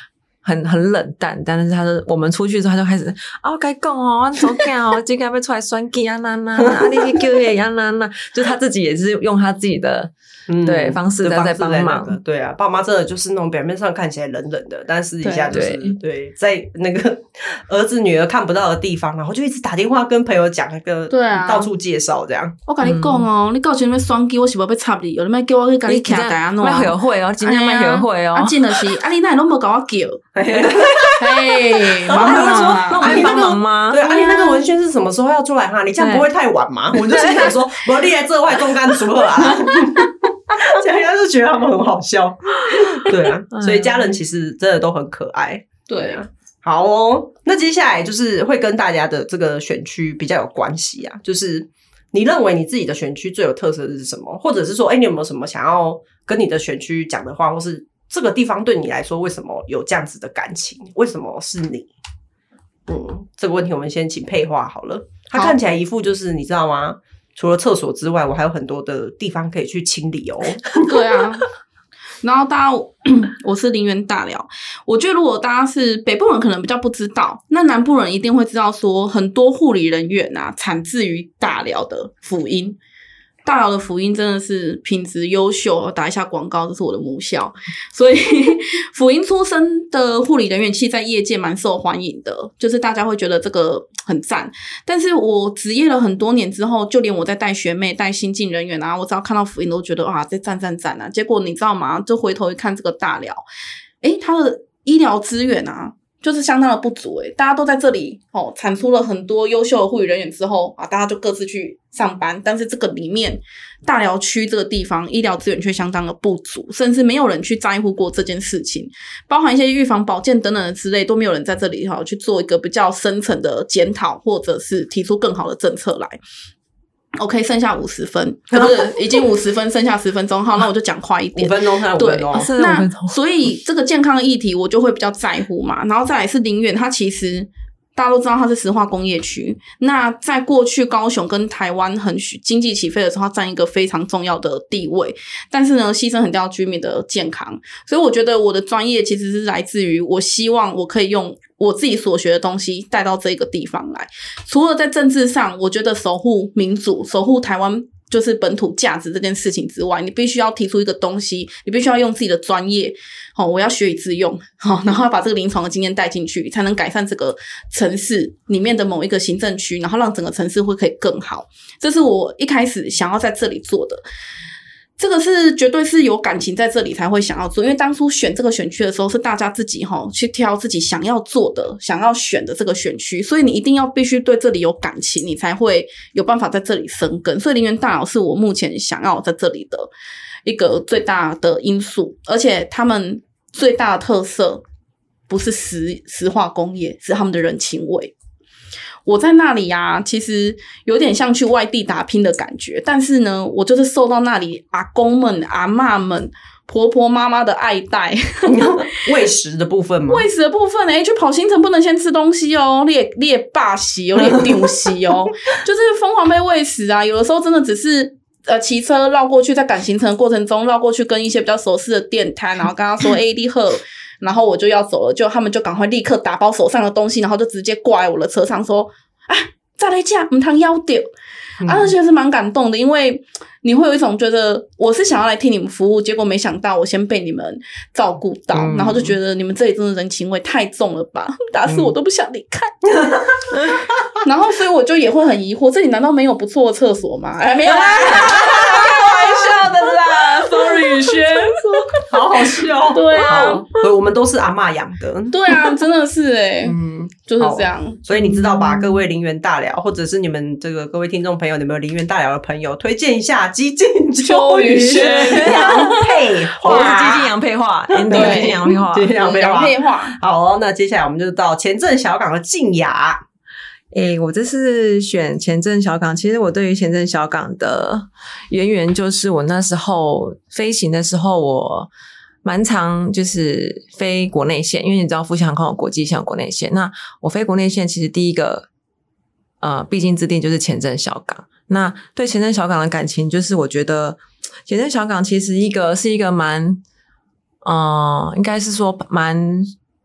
很很冷淡，但是他就我们出去之后他就开始啊，我该讲哦，你走开哦，今天要出来选举啊，那那啊，你去叫也呀那那，就他自己也是用他自己的。嗯，对，方式在在帮忙、 那個。对啊，爸妈真的就是那种表面上看起来冷冷的，但私底下就是 对, 对，在那个儿子女儿看不到的地方，然后就一直打电话跟朋友讲那个，对啊，到处介绍这样。 我跟你讲哦、嗯，你到时阵要选举，我是无要插你，有你莫叫我去跟你徛台安怎？ 卖学会哦，今天卖学会哦。 啊，真的是，啊，你那你拢无甲我叫。嘿， 然后他就说：“啊，你那个吗？ 对，啊，你那个文宣是什么时候要出来哈？你这样不会太晚吗？”我就心想说：“我你来这外中干除了啊。”人家就觉得他们很好笑，对啊，所以家人其实真的都很可爱， 对啊。 好哦，那接下来就是会跟大家的这个选区比较有关系啊，就是你认为你自己的选区最有特色的是什么？或者是说，哎、欸，你有没有什么想要跟你的选区讲的话，或是这个地方对你来说为什么有这样子的感情？为什么是你？嗯，这个问题我们先请佩华好了。他看起来一副就是你知道吗？除了厕所之外，我还有很多的地方可以去清理哦。 对啊，然后大家，我是林园大寮。我觉得如果大家是北部人，可能比较不知道，那南部人一定会知道说，很多护理人员啊，产自于大寮的辅英。大寮的辅英真的是品质优秀，打一下广告，这是我的母校，所以辅英出身的护理人员，其实在业界蛮受欢迎的，就是大家会觉得这个很赞。但是我职业了很多年之后，就连我在带学妹、带新进人员啊，我只要看到辅英都觉得哇，这赞赞赞啊！结果你知道吗？就回头一看这个大寮，诶，它的医疗资源啊，就是相当的不足诶、欸，大家都在这里哦，产出了很多优秀的护理人员之后啊，大家就各自去上班，但是这个里面大寮区这个地方医疗资源却相当的不足，甚至没有人去在乎过这件事情，包含一些预防保健等等的之类，都没有人在这里哈去做一个比较深层的检讨，或者是提出更好的政策来。OK， 剩下五十分，不是已经五十分，剩下十分钟。好，那我就讲快一点。 五分钟，剩下五分钟。 对，那所以这个健康的议题，我就会比较在乎嘛。然后再来是林园，它其实大家都知道它是石化工业区。那在过去高雄跟台湾很经济起飞的时候，它占一个非常重要的地位。但是呢，牺牲很掉居民的健康。所以我觉得我的专业其实是来自于，我希望我可以用我自己所学的东西带到这个地方来。除了在政治上，我觉得守护民主、守护台湾就是本土价值这件事情之外，你必须要提出一个东西，你必须要用自己的专业，哦，我要学以致用，哦，然后要把这个临床的经验带进去，才能改善这个城市里面的某一个行政区，然后让整个城市会可以更好。这是我一开始想要在这里做的。这个是绝对是有感情在这里才会想要做，因为当初选这个选区的时候是大家自己齁去挑自己想要做的想要选的这个选区，所以你一定要必须对这里有感情，你才会有办法在这里生根。所以林园大寮是我目前想要在这里的一个最大的因素，而且他们最大的特色不是石石化工业，是他们的人情味。我在那里啊，其实有点像去外地打拼的感觉，但是呢，我就是受到那里阿公们、阿嬷们、婆婆妈妈的爱戴。 喂食的部分吗？ 喂食的部分，诶，去跑行程不能先吃东西哦，你也你也霸洗哦，你也丢洗哦，就是疯狂被喂食啊。有的时候真的只是呃骑车绕过去，在赶行程的过程中绕过去，跟一些比较熟悉的店摊，然后跟他说：“哎，你好。”然后我就要走了，就他们就赶快立刻打包手上的东西，然后就直接挂在我的车上说：“啊，再来这不通要掉。”啊，而且是蛮感动的，因为你会有一种觉得我是想要来替你们服务，结果没想到我先被你们照顾到，嗯、然后就觉得你们这里真的人情味太重了吧，打死我都不想离开。嗯、然后所以我就也会很疑惑，这里难道没有不错的厕所吗？哎，没有啦。笑的啦 ，sorry 轩， 好好笑， 对啊， 所以我们都是阿嬷养的， 对啊，真的是哎、欸， 嗯， 就是这样。 所以你知道吧，各位林园大寮，或者是你们这个各位听众朋友，你们有林园大寮的朋友，推荐一下基进邱宇轩杨佩华， 我是基进杨佩华，对，基进杨佩华， 基进杨佩华。 好、哦，那接下来我们就到前镇小港的静雅。 诶、欸，我这次选前镇小港，其实我对于前镇小港的渊源就是我那时候飞行的时候，我蛮常就是飞国内线，因为你知道复兴航空有国际线、有国内线。那我飞国内线，其实第一个呃必经之地就是前镇小港。那对前镇小港的感情，就是我觉得前镇小港其实一个是一个蛮，呃，应该是说蛮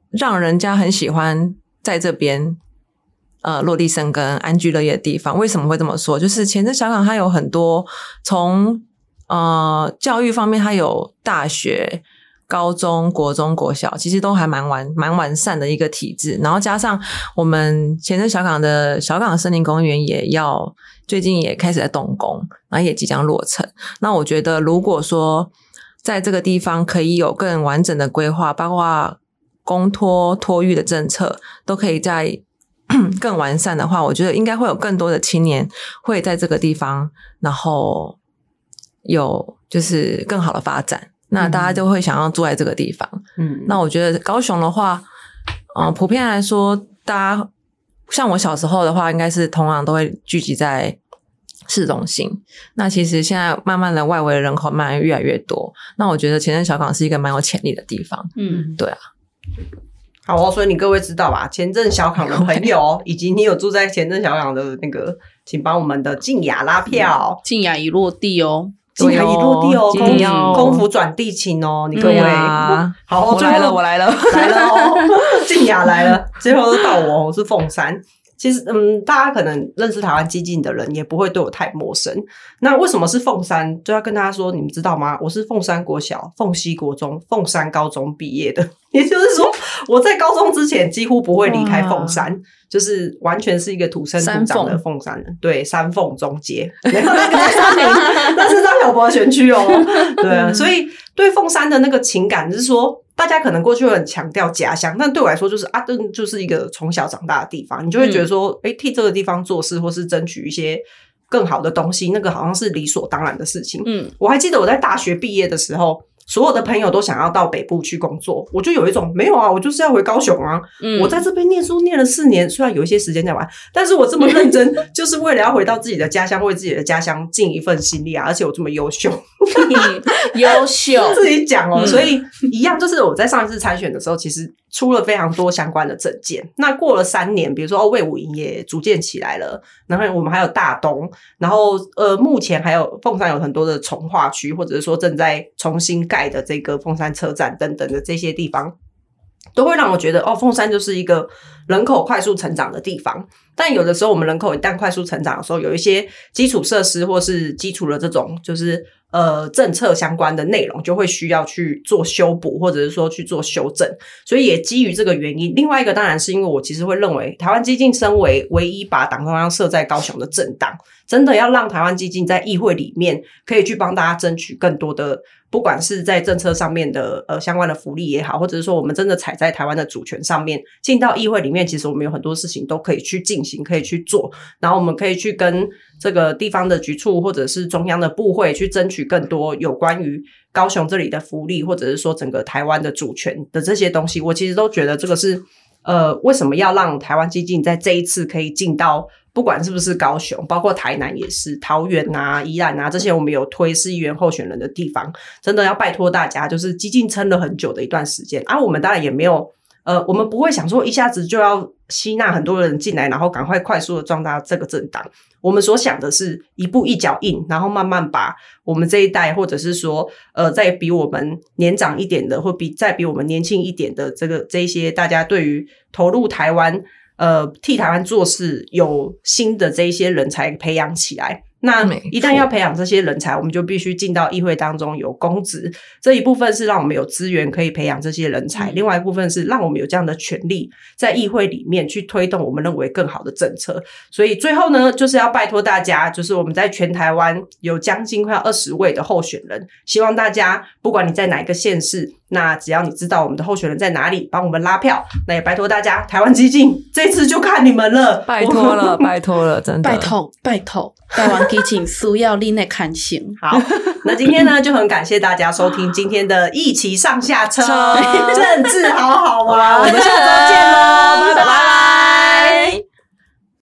让人家很喜欢在这边呃落地生根、安居乐业的地方。为什么会这么说？就是前镇小港它有很多从呃教育方面，它有大学、高中、国中、国小，其实都还蛮完蛮完善的一个体制。然后加上我们前镇小港的小港森林公园也要最近也开始在动工，然后也即将落成。那我觉得如果说在这个地方可以有更完整的规划，包括公托托育的政策都可以在更完善的话，我觉得应该会有更多的青年会在这个地方，然后有就是更好的发展。那大家就会想要住在这个地方。嗯，那我觉得高雄的话，嗯、呃，普遍来说，大家像我小时候的话，应该是同样都会聚集在市中心。那其实现在慢慢的外围的人口慢慢越来越多，那我觉得前镇小港是一个蛮有潜力的地方。嗯，对啊。 好哦，所以你各位知道吧？前镇小港的朋友，以及你有住在前镇小港的那个，请帮我们的静雅拉票。 静雅已落地哦。 静雅已落地哦，空空服转地勤哦，你各位，啊、好， 我来了，我来了， 来了哦，静雅来了，最后都到我，我是凤山。其实，嗯，大家可能认识台湾基进的人也不会对我太陌生。那为什么是凤山？就要跟大家说，你们知道吗？我是凤山国小、凤西国中、凤山高中毕业的，也就是说，我在高中之前几乎不会离开凤山，就是完全是一个土生土长的凤山人。对，山凤中街，没有那个在山林，那是张小博的选区哦。对啊，所以对凤山的那个情感就是说。大家可能过去会很强调家乡，但对我来说就是啊，这就是一个从小长大的地方，你就会觉得说，诶、嗯、替这个地方做事，或是争取一些更好的东西，那个好像是理所当然的事情。嗯，我还记得我在大学毕业的时候，所有的朋友都想要到北部去工作，我就有一种没有啊，我就是要回高雄啊。嗯，我在这边念书念了四年，虽然有一些时间在玩，但是我这么认真，就是为了要回到自己的家乡，为自己的家乡尽一份心力啊！而且我这么优秀， 优秀自己讲哦、嗯。所以一样，就是我在上一次参选的时候，其实出了非常多相关的政见。那过了三年，比如说哦，卫武营也逐渐起来了，然后我们还有大东，然后呃，目前还有凤山有很多的重划区，或者是说正在重新盖的这个凤山车站等等的这些地方，都会让我觉得哦，凤山就是一个人口快速成长的地方。但有的时候我们人口一旦快速成长的时候，有一些基础设施或是基础的这种就是呃政策相关的内容就会需要去做修补，或者是说去做修正。所以也基于这个原因，另外一个当然是因为我其实会认为台湾基进身为唯一把党中央设在高雄的政党，真的要让台湾基进在议会里面可以去帮大家争取更多的，不管是在政策上面的呃相关的福利也好，或者是说我们真的踩在台湾的主权上面进到议会里面，其实我们有很多事情都可以去进行，可以去做，然后我们可以去跟这个地方的局处或者是中央的部会去争取更多有关于高雄这里的福利，或者是说整个台湾的主权的这些东西，我其实都觉得这个是呃为什么要让台湾基进在这一次可以进到不管是不是高雄，包括台南也是，桃园啊、宜兰啊这些我们有推市议员候选人的地方，真的要拜托大家，就是基进撑了很久的一段时间啊，我们当然也没有呃，我们不会想说一下子就要吸纳很多人进来，然后赶快快速的壮大这个政党。我们所想的是一步一脚印，然后慢慢把我们这一代，或者是说呃，再比我们年长一点的，或比再比我们年轻一点的这个这一些大家对于投入台湾呃替台湾做事有新的这一些人才培养起来。那一旦要培养这些人才，我们就必须进到议会当中有公职，这一部分是让我们有资源可以培养这些人才，另外一部分是让我们有这样的权利在议会里面去推动我们认为更好的政策。所以最后呢，就是要拜托大家，就是我们在全台湾有将近快二十位的候选人，希望大家不管你在哪一个县市，那只要你知道我们的候选人在哪里，帮我们拉票，那也拜托大家，台湾基进这次就看你们了， 拜托了拜托了，真的拜托拜托，台湾基进需要你的看心。 好，那今天呢就很感谢大家收听今天的一起上下车政治好好玩， 我们下周